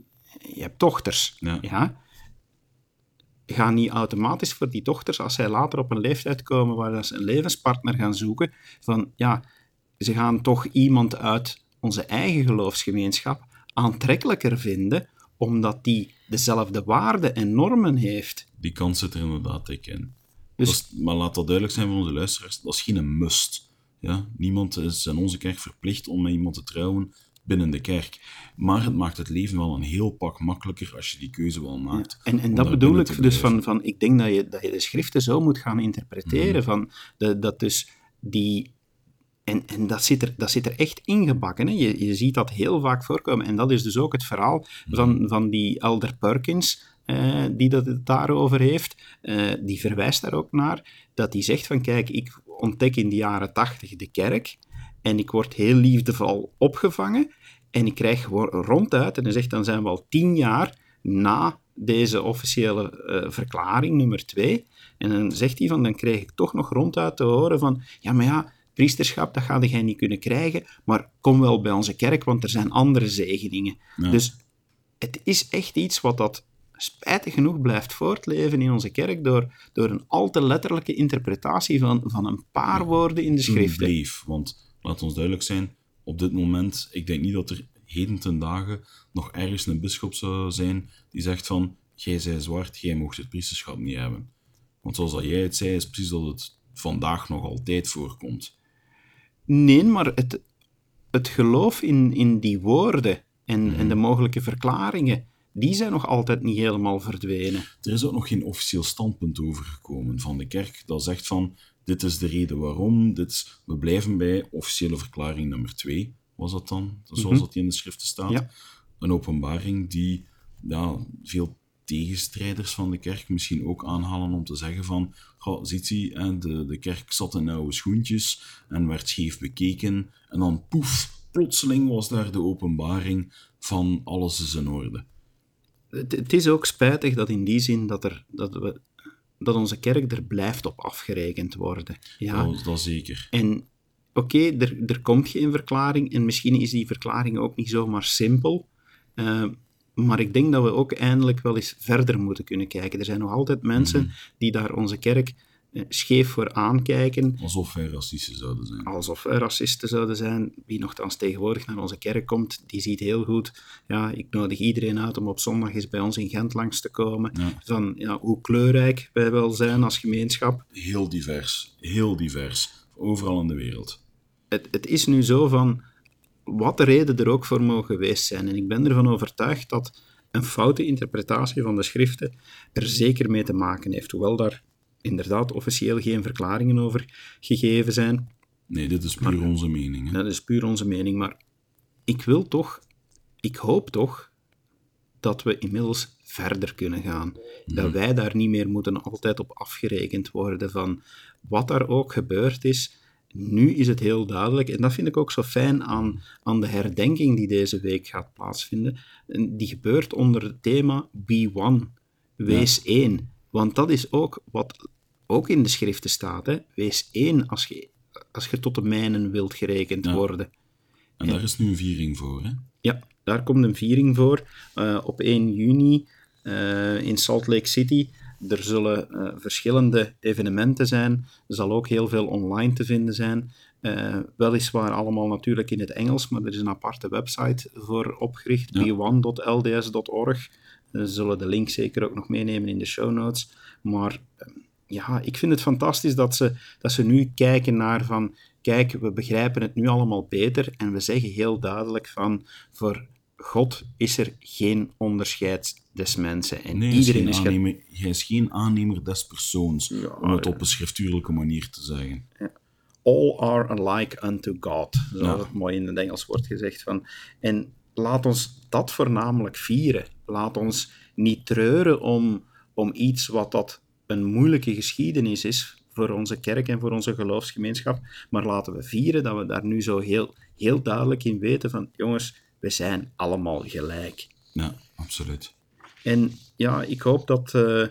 je hebt dochters, Ja. ja. Ga niet automatisch voor die dochters, als zij later op een leeftijd komen waar ze een levenspartner gaan zoeken, van ja, ze gaan toch iemand uit onze eigen geloofsgemeenschap aantrekkelijker vinden, omdat die dezelfde waarden en normen heeft. Die kans zit er inderdaad dik in. Dus- Dat is- maar laat dat duidelijk zijn voor onze luisteraars, dat is geen must. Ja? Niemand is in onze kerk verplicht om met iemand te trouwen binnen de kerk. Maar het maakt het leven wel een heel pak makkelijker als je die keuze wel maakt. En, en om dat daar bedoel binnen ik te dus blijven. van, van, ik denk dat je, dat je de schriften zo moet gaan interpreteren, Mhm. van de, dat dus die... En, en dat, zit er, dat zit er echt ingebakken. Hè? Je, je ziet dat heel vaak voorkomen. En dat is dus ook het verhaal van, van die Elder Perkins, eh, die dat het daarover heeft. Eh, die verwijst daar ook naar, dat hij zegt van, kijk, ik ontdek in de jaren tachtig de kerk en ik word heel liefdevol opgevangen en ik krijg gewoon ronduit, en hij zegt, dan zijn we al tien jaar na deze officiële eh, verklaring, nummer twee, en dan zegt hij van, dan krijg ik toch nog ronduit te horen van, ja, maar ja, priesterschap, dat ga jij niet kunnen krijgen, maar kom wel bij onze kerk, want er zijn andere zegeningen. Ja. Dus het is echt iets wat dat spijtig genoeg blijft voortleven in onze kerk door, door een al te letterlijke interpretatie van, van een paar woorden in de Toen schriften. bleef, want laat ons duidelijk zijn, op dit moment, ik denk niet dat er heden ten dagen nog ergens een bisschop zou zijn die zegt van, jij zij zwart, jij mocht het priesterschap niet hebben. Want zoals dat jij het zei, is precies dat het vandaag nog altijd voorkomt. Nee, maar het, het geloof in, in die woorden en, Mhm. en de mogelijke verklaringen, die zijn nog altijd niet helemaal verdwenen. Er is ook nog geen officieel standpunt over gekomen van de kerk dat zegt van, dit is de reden waarom, dit is, we blijven bij officiële verklaring nummer twee, was dat dan, zoals Mhm. dat die in de schriften staat. Ja. Een openbaring die ja, veel tegenstrijders van de kerk misschien ook aanhalen om te zeggen van, goh, ziet u, hè, de, de kerk zat in oude schoentjes en werd scheef bekeken en dan poef, plotseling was daar de openbaring van alles is in orde. Het, het is ook spijtig dat in die zin dat, er, dat we dat onze kerk er blijft op afgerekend worden. Ja? Dat, dat zeker. En oké, okay, er, er komt geen verklaring en misschien is die verklaring ook niet zomaar simpel. Uh, maar ik denk dat we ook eindelijk wel eens verder moeten kunnen kijken. Er zijn nog altijd mensen mm-hmm. die daar onze kerk uh, scheef voor aankijken. Alsof wij racisten zouden zijn. Alsof wij racisten zouden zijn. Wie nogthans tegenwoordig naar onze kerk komt, die ziet heel goed. Ja, ik nodig iedereen uit om op zondag eens bij ons in Gent langs te komen. Ja. Van ja, hoe kleurrijk wij wel zijn als gemeenschap. Heel divers. Heel divers. Overal in de wereld. Het, het is nu zo van... wat de reden er ook voor mogen geweest zijn. En ik ben ervan overtuigd dat een foute interpretatie van de schriften er zeker mee te maken heeft. Hoewel daar inderdaad officieel geen verklaringen over gegeven zijn. Nee, dit is puur maar, onze mening. Hè? Dat is puur onze mening. Maar ik wil toch, ik hoop toch, dat we inmiddels verder kunnen gaan. Mm-hmm. Dat wij daar niet meer moeten altijd op afgerekend worden van wat daar ook gebeurd is. Nu is het heel duidelijk, en dat vind ik ook zo fijn aan, aan de herdenking die deze week gaat plaatsvinden. Die gebeurt onder het thema Be One, wees ja. één. Want dat is ook wat ook in de schriften staat. Hè. Wees één als je, als je tot de mijnen wilt gerekend ja. worden. En daar en, is nu een viering voor, hè? Ja, daar komt een viering voor. Uh, op één juni uh, in Salt Lake City. Er zullen uh, verschillende evenementen zijn. Er zal ook heel veel online te vinden zijn. Uh, weliswaar allemaal natuurlijk in het Engels, maar er is een aparte website voor opgericht, ja. be one dot l d s dot org. We zullen de link zeker ook nog meenemen in de show notes. Maar uh, ja, ik vind het fantastisch dat ze, dat ze nu kijken naar van, kijk, we begrijpen het nu allemaal beter en we zeggen heel duidelijk van, voor God is er geen onderscheid des mensen. En nee, iedereen is is... Aannemer, hij is geen aannemer des persoons, ja, om het op een schriftuurlijke manier te zeggen. Ja. All are alike unto God, zoals ja. het mooi in het Engels wordt gezegd. Van. En laat ons dat voornamelijk vieren. Laat ons niet treuren om, om iets wat dat een moeilijke geschiedenis is voor onze kerk en voor onze geloofsgemeenschap. Maar laten we vieren dat we daar nu zo heel, heel duidelijk in weten van, jongens, we zijn allemaal gelijk. Ja, absoluut. En ja, ik hoop dat, uh,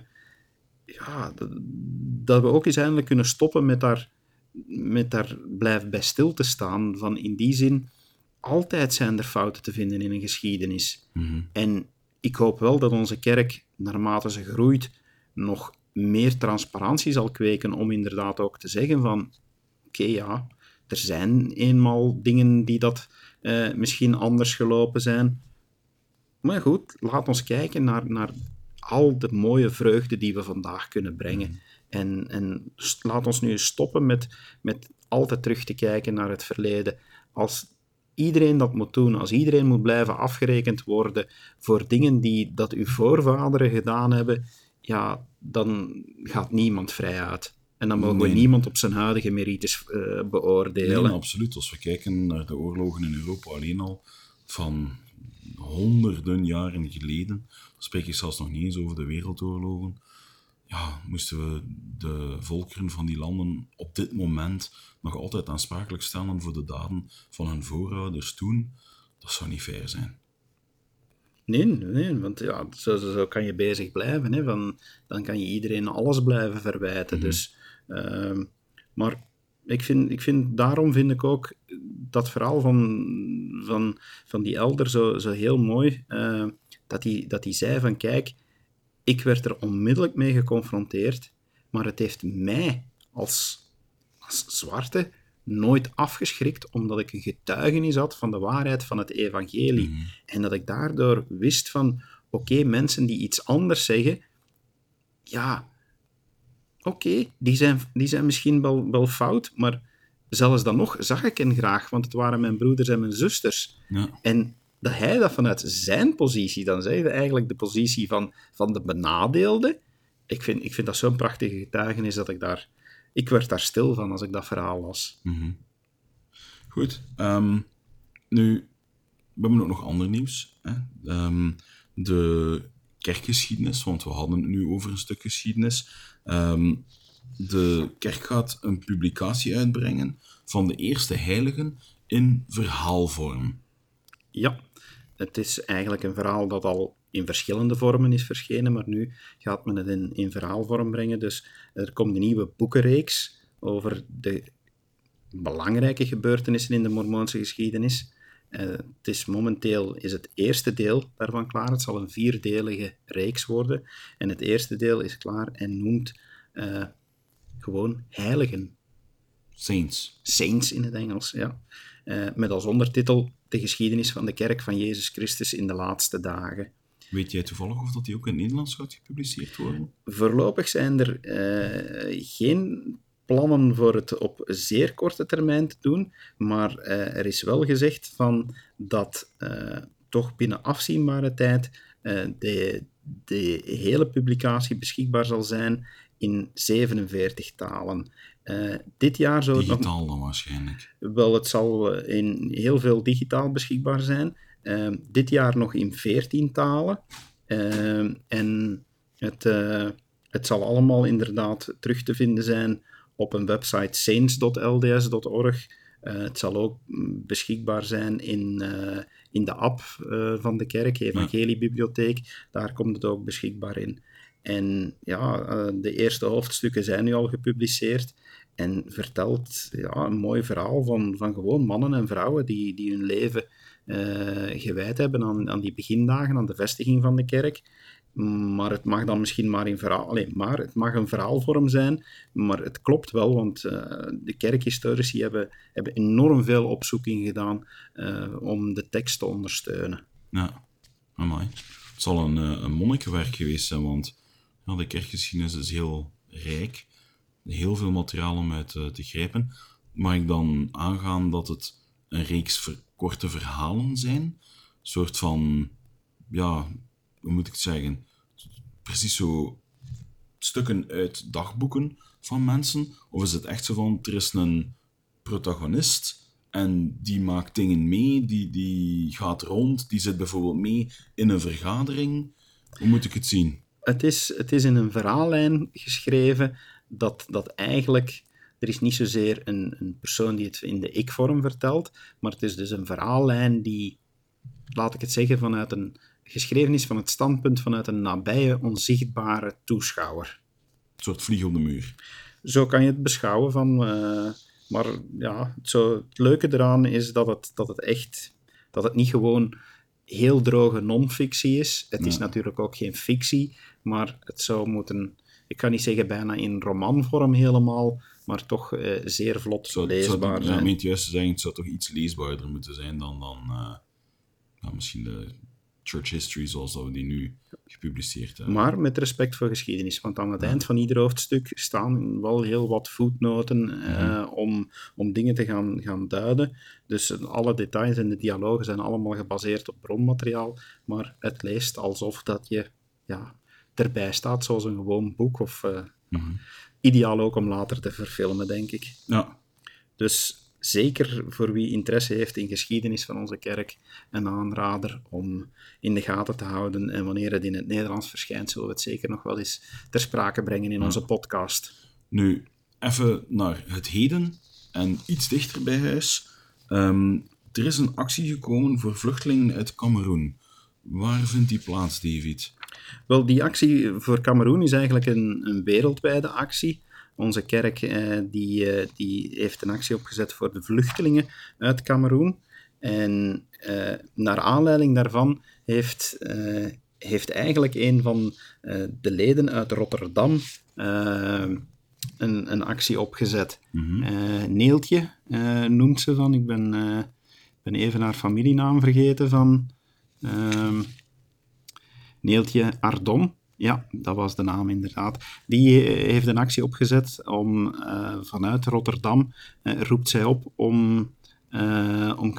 ja, dat, dat we ook eens eindelijk kunnen stoppen met daar, met daar blijven bij stil te staan. Van in die zin, altijd zijn er fouten te vinden in een geschiedenis. Mm-hmm. En ik hoop wel dat onze kerk, naarmate ze groeit, nog meer transparantie zal kweken om inderdaad ook te zeggen van, oké, okay, ja, er zijn eenmaal dingen die dat uh, misschien anders gelopen zijn. Maar goed, laat ons kijken naar, naar al de mooie vreugde die we vandaag kunnen brengen. Mm. En, en laat ons nu eens stoppen met, met altijd terug te kijken naar het verleden. Als iedereen dat moet doen, als iedereen moet blijven afgerekend worden voor dingen die dat uw voorvaderen gedaan hebben, ja, dan gaat niemand vrij uit. En dan mogen nee. we niemand op zijn huidige merites uh, beoordelen. Nee, absoluut. Als we kijken naar de oorlogen in Europa alleen al, van honderden jaren geleden, spreek ik zelfs nog niet eens over de wereldoorlogen, ja, moesten we de volkeren van die landen op dit moment nog altijd aansprakelijk stellen voor de daden van hun voorouders toen. Dat zou niet fair zijn. Nee, nee, want ja, zo, zo kan je bezig blijven. Hè, van, dan kan je iedereen alles blijven verwijten. Mm-hmm. Dus, uh, maar ik vind, ik vind, daarom vind ik ook dat verhaal van, van, van die elder zo, zo heel mooi. Uh, dat hij dat die zei van, kijk, ik werd er onmiddellijk mee geconfronteerd, maar het heeft mij als, als zwarte nooit afgeschrikt, omdat ik een getuigenis had van de waarheid van het evangelie. Mm. En dat ik daardoor wist van, oké, okay, mensen die iets anders zeggen, ja, oké, okay, die, zijn, die zijn misschien wel, wel fout, maar zelfs dan nog zag ik hen graag, want het waren mijn broeders en mijn zusters. Ja. En dat hij dat vanuit zijn positie dan zei, eigenlijk de positie van, van de benadeelde, ik vind, ik vind dat zo'n prachtige getuigenis dat ik daar... Ik werd daar stil van als ik dat verhaal las. Mm-hmm. Goed. Um, nu, we hebben ook nog ander nieuws. Hè? Um, de kerkgeschiedenis, want we hadden het nu over een stuk geschiedenis. Um, de kerk gaat een publicatie uitbrengen van de eerste heiligen in verhaalvorm. Ja, het is eigenlijk een verhaal dat al in verschillende vormen is verschenen, maar nu gaat men het in, in verhaalvorm brengen. Dus er komt een nieuwe boekenreeks over de belangrijke gebeurtenissen in de Mormoonse geschiedenis. Uh, het is momenteel is het eerste deel daarvan klaar. Het zal een vierdelige reeks worden. En het eerste deel is klaar en noemt uh, gewoon heiligen. Saints. Saints in het Engels, ja. Uh, met als ondertitel de geschiedenis van de kerk van Jezus Christus in de laatste dagen. Weet jij toevallig of dat die ook in het Nederlands gaat gepubliceerd worden? Voorlopig zijn er uh, geen plannen voor het op zeer korte termijn te doen, maar uh, er is wel gezegd van dat uh, toch binnen afzienbare tijd uh, de, de hele publicatie beschikbaar zal zijn in zevenenveertig talen. Uh, dit jaar zou het digitaal nog... dan waarschijnlijk. Wel, het zal in heel veel digitaal beschikbaar zijn. Uh, dit jaar nog in veertien talen. Uh, en het, uh, het zal allemaal inderdaad terug te vinden zijn op een website saints dot l d s dot org. Uh, het zal ook beschikbaar zijn in, uh, in de app uh, van de kerk, Evangeliebibliotheek. Daar komt het ook beschikbaar in. En ja, uh, de eerste hoofdstukken zijn nu al gepubliceerd en vertelt ja, een mooi verhaal van, van gewoon mannen en vrouwen die, die hun leven uh, gewijd hebben aan, aan die begindagen, aan de vestiging van de kerk. Maar het mag dan misschien maar in verhaal... Allee, maar het mag een verhaalvorm zijn, maar het klopt wel, want uh, de kerkhistorici hebben, hebben enorm veel opzoeking gedaan uh, om de tekst te ondersteunen. Ja, amai. Het zal een, een monnikenwerk geweest zijn, want ja, de kerkgeschiedenis is heel rijk. Heel veel materiaal om uit uh, te grijpen. Mag ik dan aangaan dat het een reeks ver- korte verhalen zijn? Een soort van... Ja... hoe moet ik het zeggen, precies zo stukken uit dagboeken van mensen? Of is het echt zo van, er is een protagonist en die maakt dingen mee, die, die gaat rond, die zit bijvoorbeeld mee in een vergadering? Hoe moet ik het zien? Het is, het is in een verhaallijn geschreven dat, dat eigenlijk... Er is niet zozeer een, een persoon die het in de ik-vorm vertelt, maar het is dus een verhaallijn die, laat ik het zeggen, vanuit een... geschreven is van het standpunt vanuit een nabije, onzichtbare toeschouwer. Een soort vlieg op de muur. Zo kan je het beschouwen. Van, uh, maar ja, het, zo, het leuke eraan is dat het, dat het echt... dat het niet gewoon heel droge non-fictie is. Het ja. is natuurlijk ook geen fictie, maar het zou moeten... Ik kan niet zeggen bijna in romanvorm helemaal, maar toch uh, zeer vlot zou, leesbaar zou, zijn. Om het juist te zeggen, het zou toch iets leesbaarder moeten zijn dan, dan uh, nou, misschien de... Church History, zoals dat we die nu gepubliceerd hebben. Maar met respect voor geschiedenis, want aan het ja. eind van ieder hoofdstuk staan wel heel wat voetnoten mm-hmm. uh, om, om dingen te gaan, gaan duiden. Dus alle details en de dialogen zijn allemaal gebaseerd op bronmateriaal, maar het leest alsof dat je ja, erbij staat, zoals een gewoon boek, of uh, mm-hmm. ideaal ook om later te verfilmen, denk ik. Ja. Dus... zeker voor wie interesse heeft in geschiedenis van onze kerk, een aanrader om in de gaten te houden. En wanneer het in het Nederlands verschijnt, zullen we het zeker nog wel eens ter sprake brengen in ja. onze podcast. Nu, even naar het heden en iets dichter bij huis. Um, er is een actie gekomen voor vluchtelingen uit Kameroen. Waar vindt die plaats, David? Wel, die actie voor Kameroen is eigenlijk een, een wereldwijde actie. Onze kerk eh, die, uh, die heeft een actie opgezet voor de vluchtelingen uit Kameroen. En uh, naar aanleiding daarvan heeft, uh, heeft eigenlijk een van uh, de leden uit Rotterdam uh, een, een actie opgezet. Mm-hmm. Uh, Neeltje uh, noemt ze van. Ik ben, uh, ben even haar familienaam vergeten van uh, Neeltje Ardon. Ja, dat was de naam inderdaad. Die heeft een actie opgezet om uh, vanuit Rotterdam uh, roept zij op om, uh, om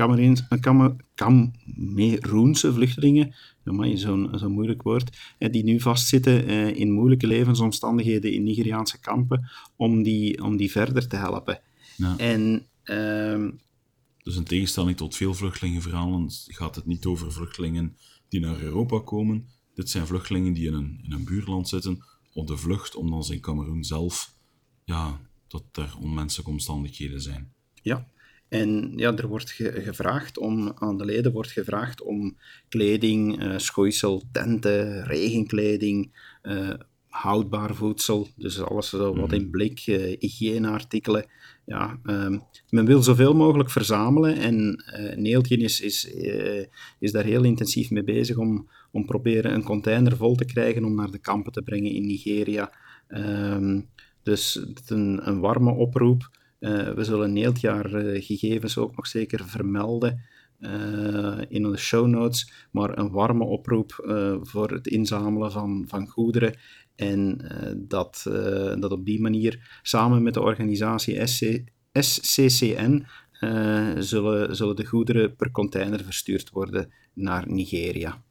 Kameroense vluchtelingen, zo'n zo moeilijk woord, uh, die nu vastzitten uh, in moeilijke levensomstandigheden in Nigeriaanse kampen, om die, om die verder te helpen. Ja. En... Uh, dus in tegenstelling tot veel vluchtelingenverhalen gaat het niet over vluchtelingen die naar Europa komen. Dit zijn vluchtelingen die in een, in een buurland zitten, op de vlucht, omdat ze in Kameroen zelf, ja, dat er onmenselijke omstandigheden zijn. Ja, En ja, er wordt ge- gevraagd om, aan de leden wordt gevraagd om kleding, uh, schoeisel, tenten, regenkleding, uh, houdbaar voedsel, dus alles zo wat in blik, uh, hygiëneartikelen. Ja, um, men wil zoveel mogelijk verzamelen en uh, Neeltje is, is, uh, is daar heel intensief mee bezig om, om proberen een container vol te krijgen om naar de kampen te brengen in Nigeria. Um, dus het is een, een warme oproep. Uh, we zullen Neeltje haar uh, gegevens ook nog zeker vermelden uh, in de show notes, maar een warme oproep uh, voor het inzamelen van, van goederen. En uh, dat, uh, dat op die manier samen met de organisatie S C C N uh, zullen, zullen de goederen per container verstuurd worden naar Nigeria.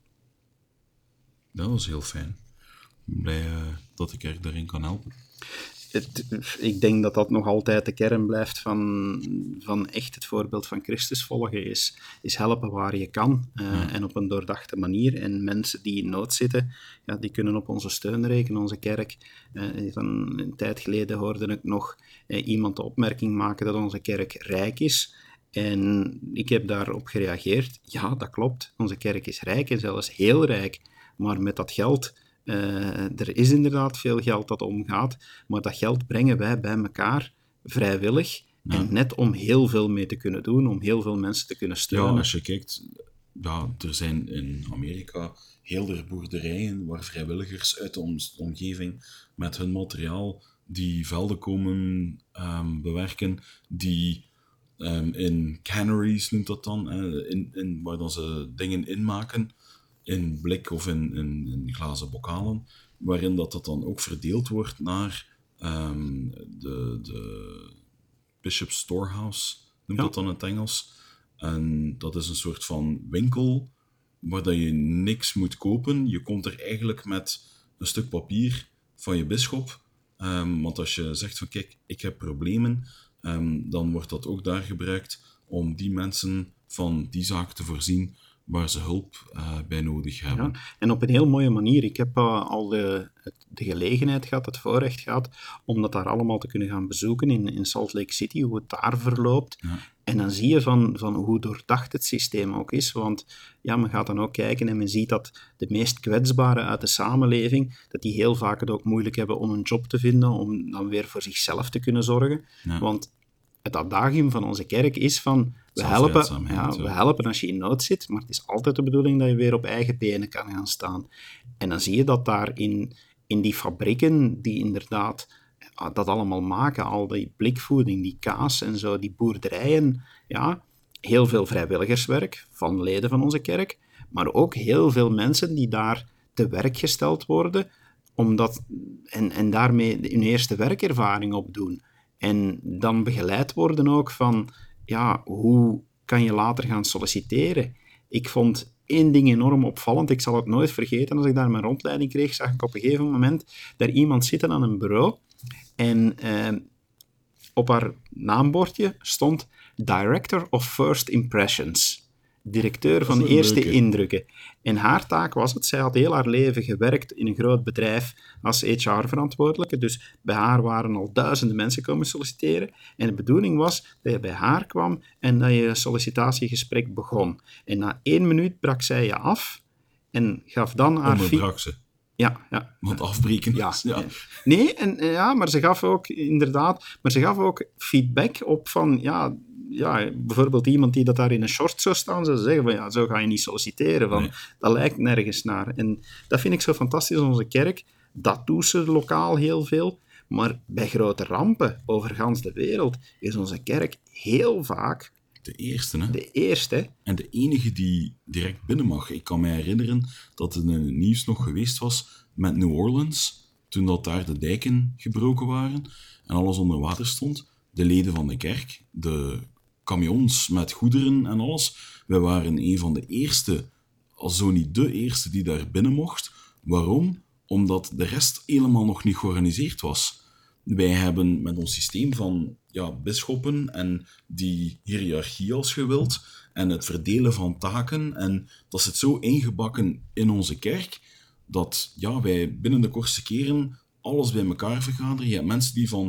Dat is heel fijn. Ik ben blij uh, dat ik er daarin kan helpen. Het, ik denk dat dat nog altijd de kern blijft van, van echt het voorbeeld van Christus volgen, is, is helpen waar je kan uh, ja. en op een doordachte manier. En mensen die in nood zitten, ja, die kunnen op onze steun rekenen, onze kerk. Uh, van een tijd geleden hoorde ik nog uh, iemand de opmerking maken dat onze kerk rijk is. En ik heb daarop gereageerd, ja, dat klopt, onze kerk is rijk en zelfs heel rijk, maar met dat geld... Uh, er is inderdaad veel geld dat omgaat, maar dat geld brengen wij bij elkaar vrijwillig ja. en net om heel veel mee te kunnen doen, om heel veel mensen te kunnen steunen. Ja, als je kijkt, ja, er zijn in Amerika heel veel boerderijen waar vrijwilligers uit de om- omgeving met hun materiaal die velden komen um, bewerken, die um, in canneries noemt dat dan, eh, in, in, waar dan ze dingen inmaken. In blik of in, in, in glazen bokalen, waarin dat, dat dan ook verdeeld wordt naar um, de, de Bishop's Storehouse, noemt ja. dat dan in het Engels. En dat is een soort van winkel waar dat je niks moet kopen. Je komt er eigenlijk met een stuk papier van je bisschop. Um, want als je zegt van kijk, ik heb problemen, um, dan wordt dat ook daar gebruikt om die mensen van die zaak te voorzien waar ze hulp uh, bij nodig hebben. Ja, en op een heel mooie manier. Ik heb uh, al de, de gelegenheid gehad, het voorrecht gehad, om dat daar allemaal te kunnen gaan bezoeken in, in Salt Lake City, hoe het daar verloopt. Ja. En dan zie je van, van hoe doordacht het systeem ook is, want ja, men gaat dan ook kijken en men ziet dat de meest kwetsbaren uit de samenleving, dat die heel vaak het ook moeilijk hebben om een job te vinden, om dan weer voor zichzelf te kunnen zorgen. Ja. Want het adagium van onze kerk is van, we helpen, ja, we helpen als je in nood zit, maar het is altijd de bedoeling dat je weer op eigen benen kan gaan staan. En dan zie je dat daar in, in die fabrieken die inderdaad dat allemaal maken, al die blikvoeding, die kaas en zo, die boerderijen, ja, heel veel vrijwilligerswerk van leden van onze kerk, maar ook heel veel mensen die daar te werk gesteld worden omdat, en, en daarmee hun eerste werkervaring opdoen. En dan begeleid worden ook van, ja, hoe kan je later gaan solliciteren? Ik vond één ding enorm opvallend, ik zal het nooit vergeten, als ik daar mijn rondleiding kreeg, zag ik op een gegeven moment daar iemand zitten aan een bureau en eh, op haar naambordje stond Director of First Impressions. Directeur van eerste leuke. indrukken. En haar taak was het, zij had heel haar leven gewerkt in een groot bedrijf als H R-verantwoordelijke, dus bij haar waren al duizenden mensen komen solliciteren. En de bedoeling was dat je bij haar kwam en dat je sollicitatiegesprek begon. En na één minuut brak zij je af en gaf dan haar... Onderbrak ze. Ja, ja. Want afbreken. Ja. ja. Nee, en, ja, maar ze gaf ook inderdaad, maar ze gaf ook feedback op van, ja, ja, bijvoorbeeld iemand die dat daar in een short zou staan, zou zeggen van, ja, zo ga je niet solliciteren, van, nee. Dat lijkt nergens naar. En dat vind ik zo fantastisch aan onze kerk, dat doet ze lokaal heel veel, maar bij grote rampen over gans de wereld is onze kerk heel vaak de eerste, hè? De eerste. En de enige die direct binnen mag. Ik kan me herinneren dat het in het nieuws nog geweest was met New Orleans, toen dat daar de dijken gebroken waren en alles onder water stond. De leden van de kerk, de camions met goederen en alles. Wij waren een van de eerste, als zo niet de eerste, die daar binnen mocht. Waarom? Omdat de rest helemaal nog niet georganiseerd was. Wij hebben met ons systeem van ja, bisschoppen en die hiërarchie als je wilt, en het verdelen van taken, en dat zit zo ingebakken in onze kerk, dat ja, wij binnen de kortste keren alles bij elkaar vergaderen. Je hebt mensen die van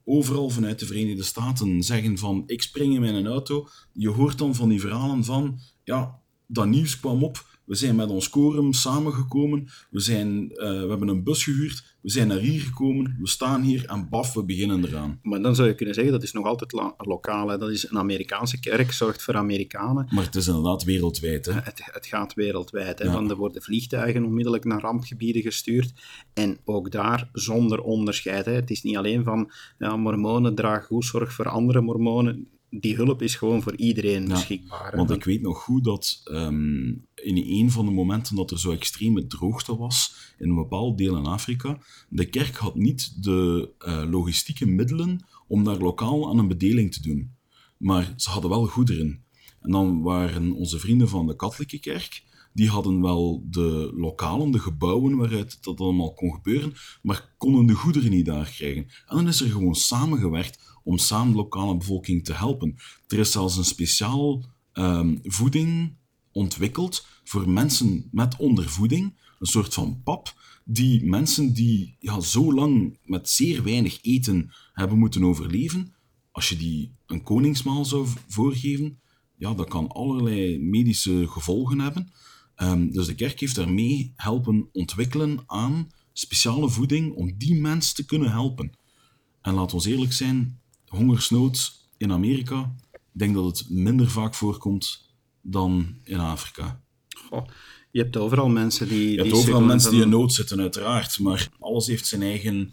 overal vanuit de Verenigde Staten zeggen van ik spring in mijn auto. Je hoort dan van die verhalen van ja, dat nieuws kwam op. We zijn met ons quorum samengekomen. We, zijn, uh, we hebben een bus gehuurd. We zijn naar hier gekomen. We staan hier en baf, we beginnen eraan. Maar dan zou je kunnen zeggen, dat is nog altijd la- lokaal. Hè. Dat is een Amerikaanse kerk, zorgt voor Amerikanen. Maar het is inderdaad wereldwijd. Hè? Het, het gaat wereldwijd. Hè. Ja. Van, er worden vliegtuigen onmiddellijk naar rampgebieden gestuurd. En ook daar zonder onderscheid. Hè. Het is niet alleen van ja, mormonen dragen goed zorg voor andere mormonen. Die hulp is gewoon voor iedereen Ja, beschikbaar. Hè. Want ik weet nog goed dat um, in een van de momenten dat er zo extreme droogte was in een bepaald deel in Afrika, de kerk had niet de uh, logistieke middelen om daar lokaal aan een bedeling te doen. Maar ze hadden wel goederen. En dan waren onze vrienden van de katholieke kerk, die hadden wel de lokalen, de gebouwen waaruit dat allemaal kon gebeuren, maar konden de goederen niet daar krijgen. En dan is er gewoon samengewerkt om samen de lokale bevolking te helpen. Er is zelfs een speciaal um, voeding ontwikkeld voor mensen met ondervoeding, een soort van pap, die mensen die ja, zo lang met zeer weinig eten hebben moeten overleven, als je die een koningsmaal zou voorgeven, ja, dat kan allerlei medische gevolgen hebben. Um, dus de kerk heeft daarmee helpen ontwikkelen aan speciale voeding om die mensen te kunnen helpen. En laat ons eerlijk zijn, hongersnood in Amerika, ik denk dat het minder vaak voorkomt dan in Afrika. Goh, je hebt overal mensen die... Je hebt die overal mensen die in van... nood zitten, uiteraard. Maar alles heeft zijn eigen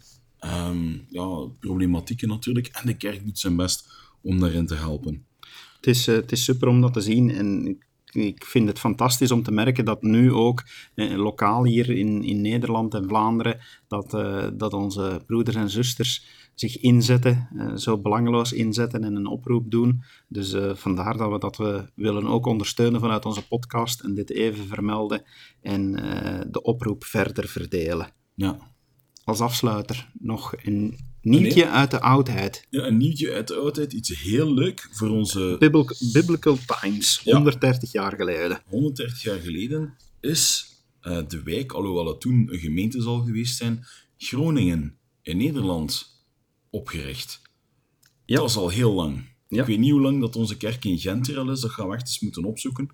um, ja, problematieken natuurlijk. En de kerk doet zijn best om daarin te helpen. Het is, uh, het is super om dat te zien. En ik, ik vind het fantastisch om te merken dat nu ook eh, lokaal hier in, in Nederland en Vlaanderen, dat, uh, dat onze broeders en zusters zich inzetten, uh, zo belangeloos inzetten en een oproep doen. Dus uh, vandaar dat we dat we willen ook ondersteunen vanuit onze podcast en dit even vermelden en uh, de oproep verder verdelen. Ja. Als afsluiter nog een nieuwtje nee. uit de oudheid. Ja, een nieuwtje uit de oudheid, iets heel leuk voor onze... Biblical, Biblical Times, ja. honderddertig jaar geleden. honderddertig jaar geleden is uh, de wijk, alhoewel het toen een gemeente zal geweest zijn, Groningen in Nederland opgericht. Ja. Dat is al heel lang. Ja. Ik weet niet hoe lang dat onze kerk in Gent er al is, dat gaan we echt eens moeten opzoeken.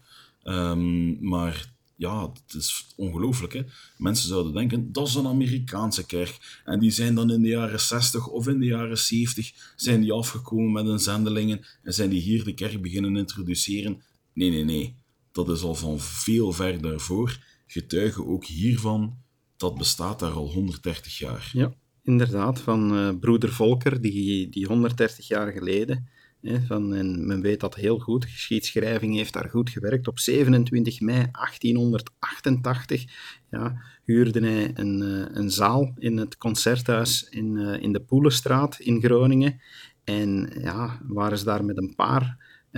Um, maar ja, het is ongelooflijk, hè. Mensen zouden denken, dat is een Amerikaanse kerk. En die zijn dan in de jaren zestig of in de jaren zeventig zijn die afgekomen met hun zendelingen en zijn die hier de kerk beginnen introduceren. Nee, nee, nee. Dat is al van veel ver daarvoor. Getuigen ook hiervan, dat bestaat daar al honderddertig jaar. Ja. Inderdaad, van uh, broeder Volker, die, die honderddertig jaar geleden, hè, van, en men weet dat heel goed, geschiedschrijving heeft daar goed gewerkt, op zevenentwintig mei achttienhonderdachtentachtig ja, huurde hij een, uh, een zaal in het Concerthuis in, uh, in de Poelenstraat in Groningen en ja, waren ze daar met een paar,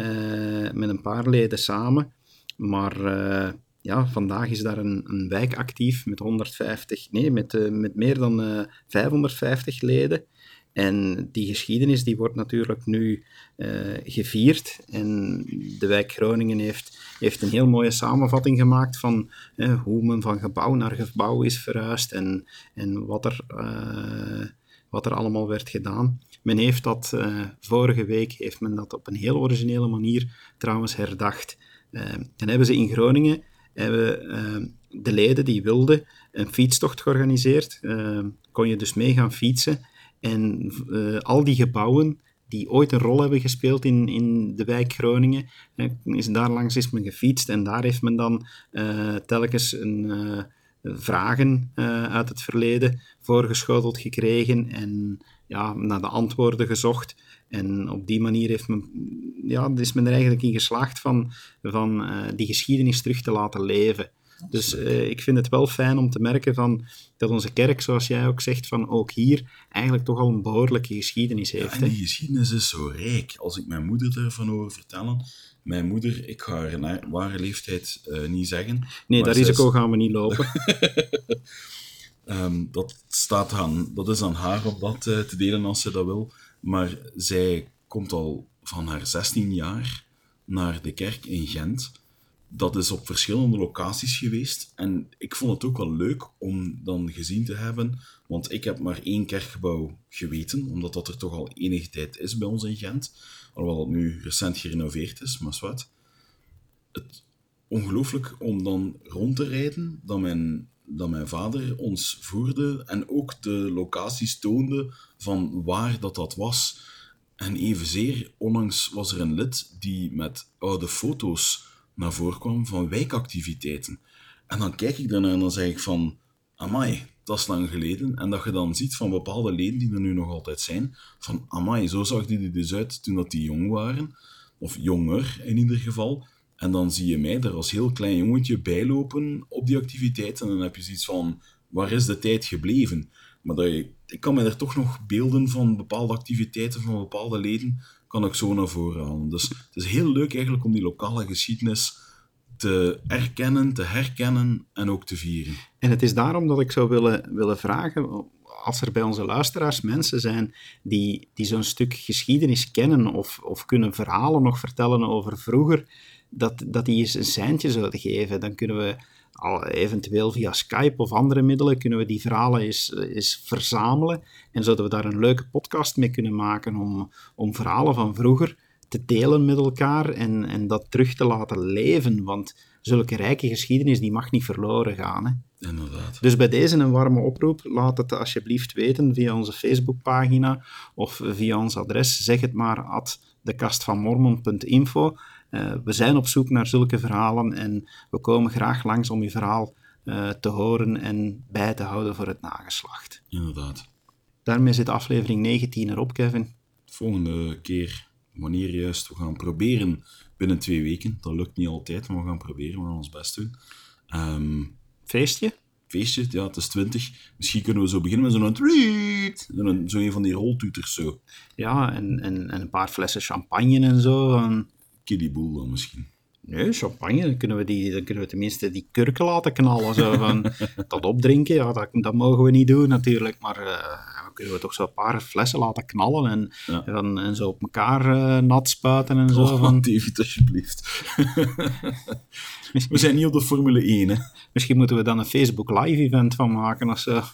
uh, met een paar leden samen, maar... Uh, Ja, vandaag is daar een, een wijk actief met honderdvijftig, nee, met, uh, met meer dan uh, vijfhonderdvijftig leden. En die geschiedenis die wordt natuurlijk nu uh, gevierd. En de wijk Groningen heeft, heeft een heel mooie samenvatting gemaakt van uh, hoe men van gebouw naar gebouw is verhuisd en, en wat, er, uh, wat er allemaal werd gedaan. Men heeft dat, uh, vorige week heeft men dat op een heel originele manier trouwens herdacht. Uh, en hebben ze in Groningen... hebben uh, de leden die wilden een fietstocht georganiseerd. Uh, kon je dus mee gaan fietsen. En uh, al die gebouwen die ooit een rol hebben gespeeld in, in de wijk Groningen, uh, is daar langs is men gefietst en daar heeft men dan uh, telkens een, uh, vragen uh, uit het verleden voorgeschoteld gekregen en ja, naar de antwoorden gezocht. En op die manier heeft men, ja, is men er eigenlijk in geslaagd van, van uh, die geschiedenis terug te laten leven. Dus uh, ik vind het wel fijn om te merken van, dat onze kerk, zoals jij ook zegt, van ook hier eigenlijk toch al een behoorlijke geschiedenis heeft. Ja, en die geschiedenis is zo rijk. Als ik mijn moeder ervan hoor vertellen... Mijn moeder, ik ga haar na- ware leeftijd uh, niet zeggen. Nee, dat risico is... gaan we niet lopen. um, dat, staat aan, dat is aan haar om dat uh, te delen als ze dat wil. Maar zij komt al van haar zestien jaar naar de kerk in Gent. dat is op verschillende locaties geweest. En ik vond het ook wel leuk om dan gezien te hebben, want ik heb maar één kerkgebouw geweten, omdat dat er toch al enige tijd is bij ons in Gent. Alhoewel het nu recent gerenoveerd is, maar zwart. Het ongelooflijk om dan rond te rijden, dat mijn, dat mijn vader ons voerde en ook de locaties toonde van waar dat, dat was. En evenzeer, onlangs was er een lid die met oude foto's naar voren kwam van wijkactiviteiten. En dan kijk ik daarnaar en dan zeg ik van, amai, dat is lang geleden. En dat je dan ziet van bepaalde leden die er nu nog altijd zijn, van amai, zo zag die er dus uit toen dat die jong waren. Of jonger in ieder geval. En dan zie je mij er als heel klein jongetje bijlopen op die activiteiten. En dan heb je zoiets van, waar is de tijd gebleven? Maar dat je, ik kan me er toch nog beelden van bepaalde activiteiten van bepaalde leden, kan ik zo naar voren halen. Dus het is heel leuk eigenlijk om die lokale geschiedenis te erkennen, te herkennen en ook te vieren. En het is daarom dat ik zou willen, willen vragen, als er bij onze luisteraars mensen zijn die, die zo'n stuk geschiedenis kennen of, of kunnen verhalen nog vertellen over vroeger, dat, dat die eens een seintje zouden geven. Dan kunnen we al eventueel via Skype of andere middelen kunnen we die verhalen eens, eens verzamelen en zouden we daar een leuke podcast mee kunnen maken om, om verhalen van vroeger te delen met elkaar en, en dat terug te laten leven, want zulke rijke geschiedenis die mag niet verloren gaan. Hè? Inderdaad. Dus bij deze een warme oproep, laat het alsjeblieft weten via onze Facebookpagina of via ons adres, zeg het maar at dekastvanmormon punt info. Uh, we zijn op zoek naar zulke verhalen en we komen graag langs om uw verhaal uh, te horen en bij te houden voor het nageslacht. Inderdaad. Daarmee zit aflevering negentien erop, Kevin. Volgende keer, wanneer juist, we gaan proberen binnen twee weken. Dat lukt niet altijd, maar we gaan proberen, we gaan ons best doen. Um, Feestje? Feestje, ja, het is twintig. Misschien kunnen we zo beginnen met zo'n tweet. Zo'n zo een van die roltoeters zo. Ja, en, en, en een paar flessen champagne en zo. Van... Kiddieboel dan misschien. Nee, champagne, dan kunnen we, die, dan kunnen we tenminste die kurken laten knallen. Zo van, dat opdrinken, ja, dat, dat mogen we niet doen natuurlijk. Maar uh, dan kunnen we toch zo een paar flessen laten knallen en, Ja. en, dan, en zo op elkaar uh, nat spuiten en zo. Oh, Van... David, alsjeblieft. We zijn niet op de Formule één, hè. Misschien moeten we dan een Facebook live-event van maken of zo.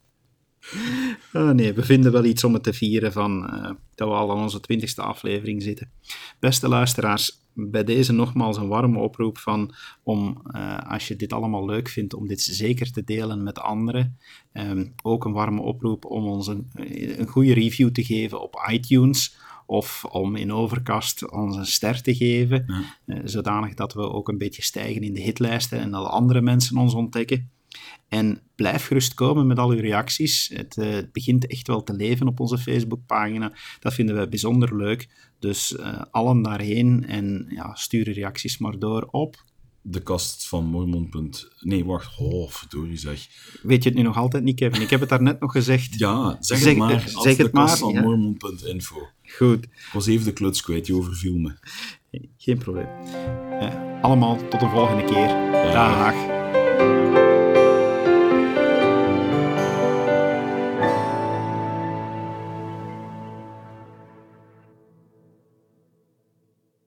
Uh, nee, we vinden wel iets om het te vieren van uh, dat we al aan onze twintigste aflevering zitten. Beste luisteraars, bij deze nogmaals een warme oproep van om, uh, als je dit allemaal leuk vindt, om dit zeker te delen met anderen. Um, ook een warme oproep om ons een, een goede review te geven op iTunes of om in Overcast ons een ster te geven, Ja. uh, zodanig dat we ook een beetje stijgen in de hitlijsten en dat andere mensen ons ontdekken. En blijf gerust komen met al uw reacties. Het, uh, het begint echt wel te leven op onze Facebookpagina. Dat vinden wij bijzonder leuk. Dus uh, allen daarheen en ja, stuur uw reacties maar door op... De kast van Mormon. Nee, wacht. Oh, verdorie zeg. Weet je het nu nog altijd niet, Kevin? Ik heb het daarnet nog gezegd. Ja, zeg, Zeg- het maar. zeg Als het de kast maar, van ja. Mormon punt info. Goed, Ik was even de kluts kwijt, die overviel me. geen probleem. Uh, allemaal tot de volgende keer. Dag.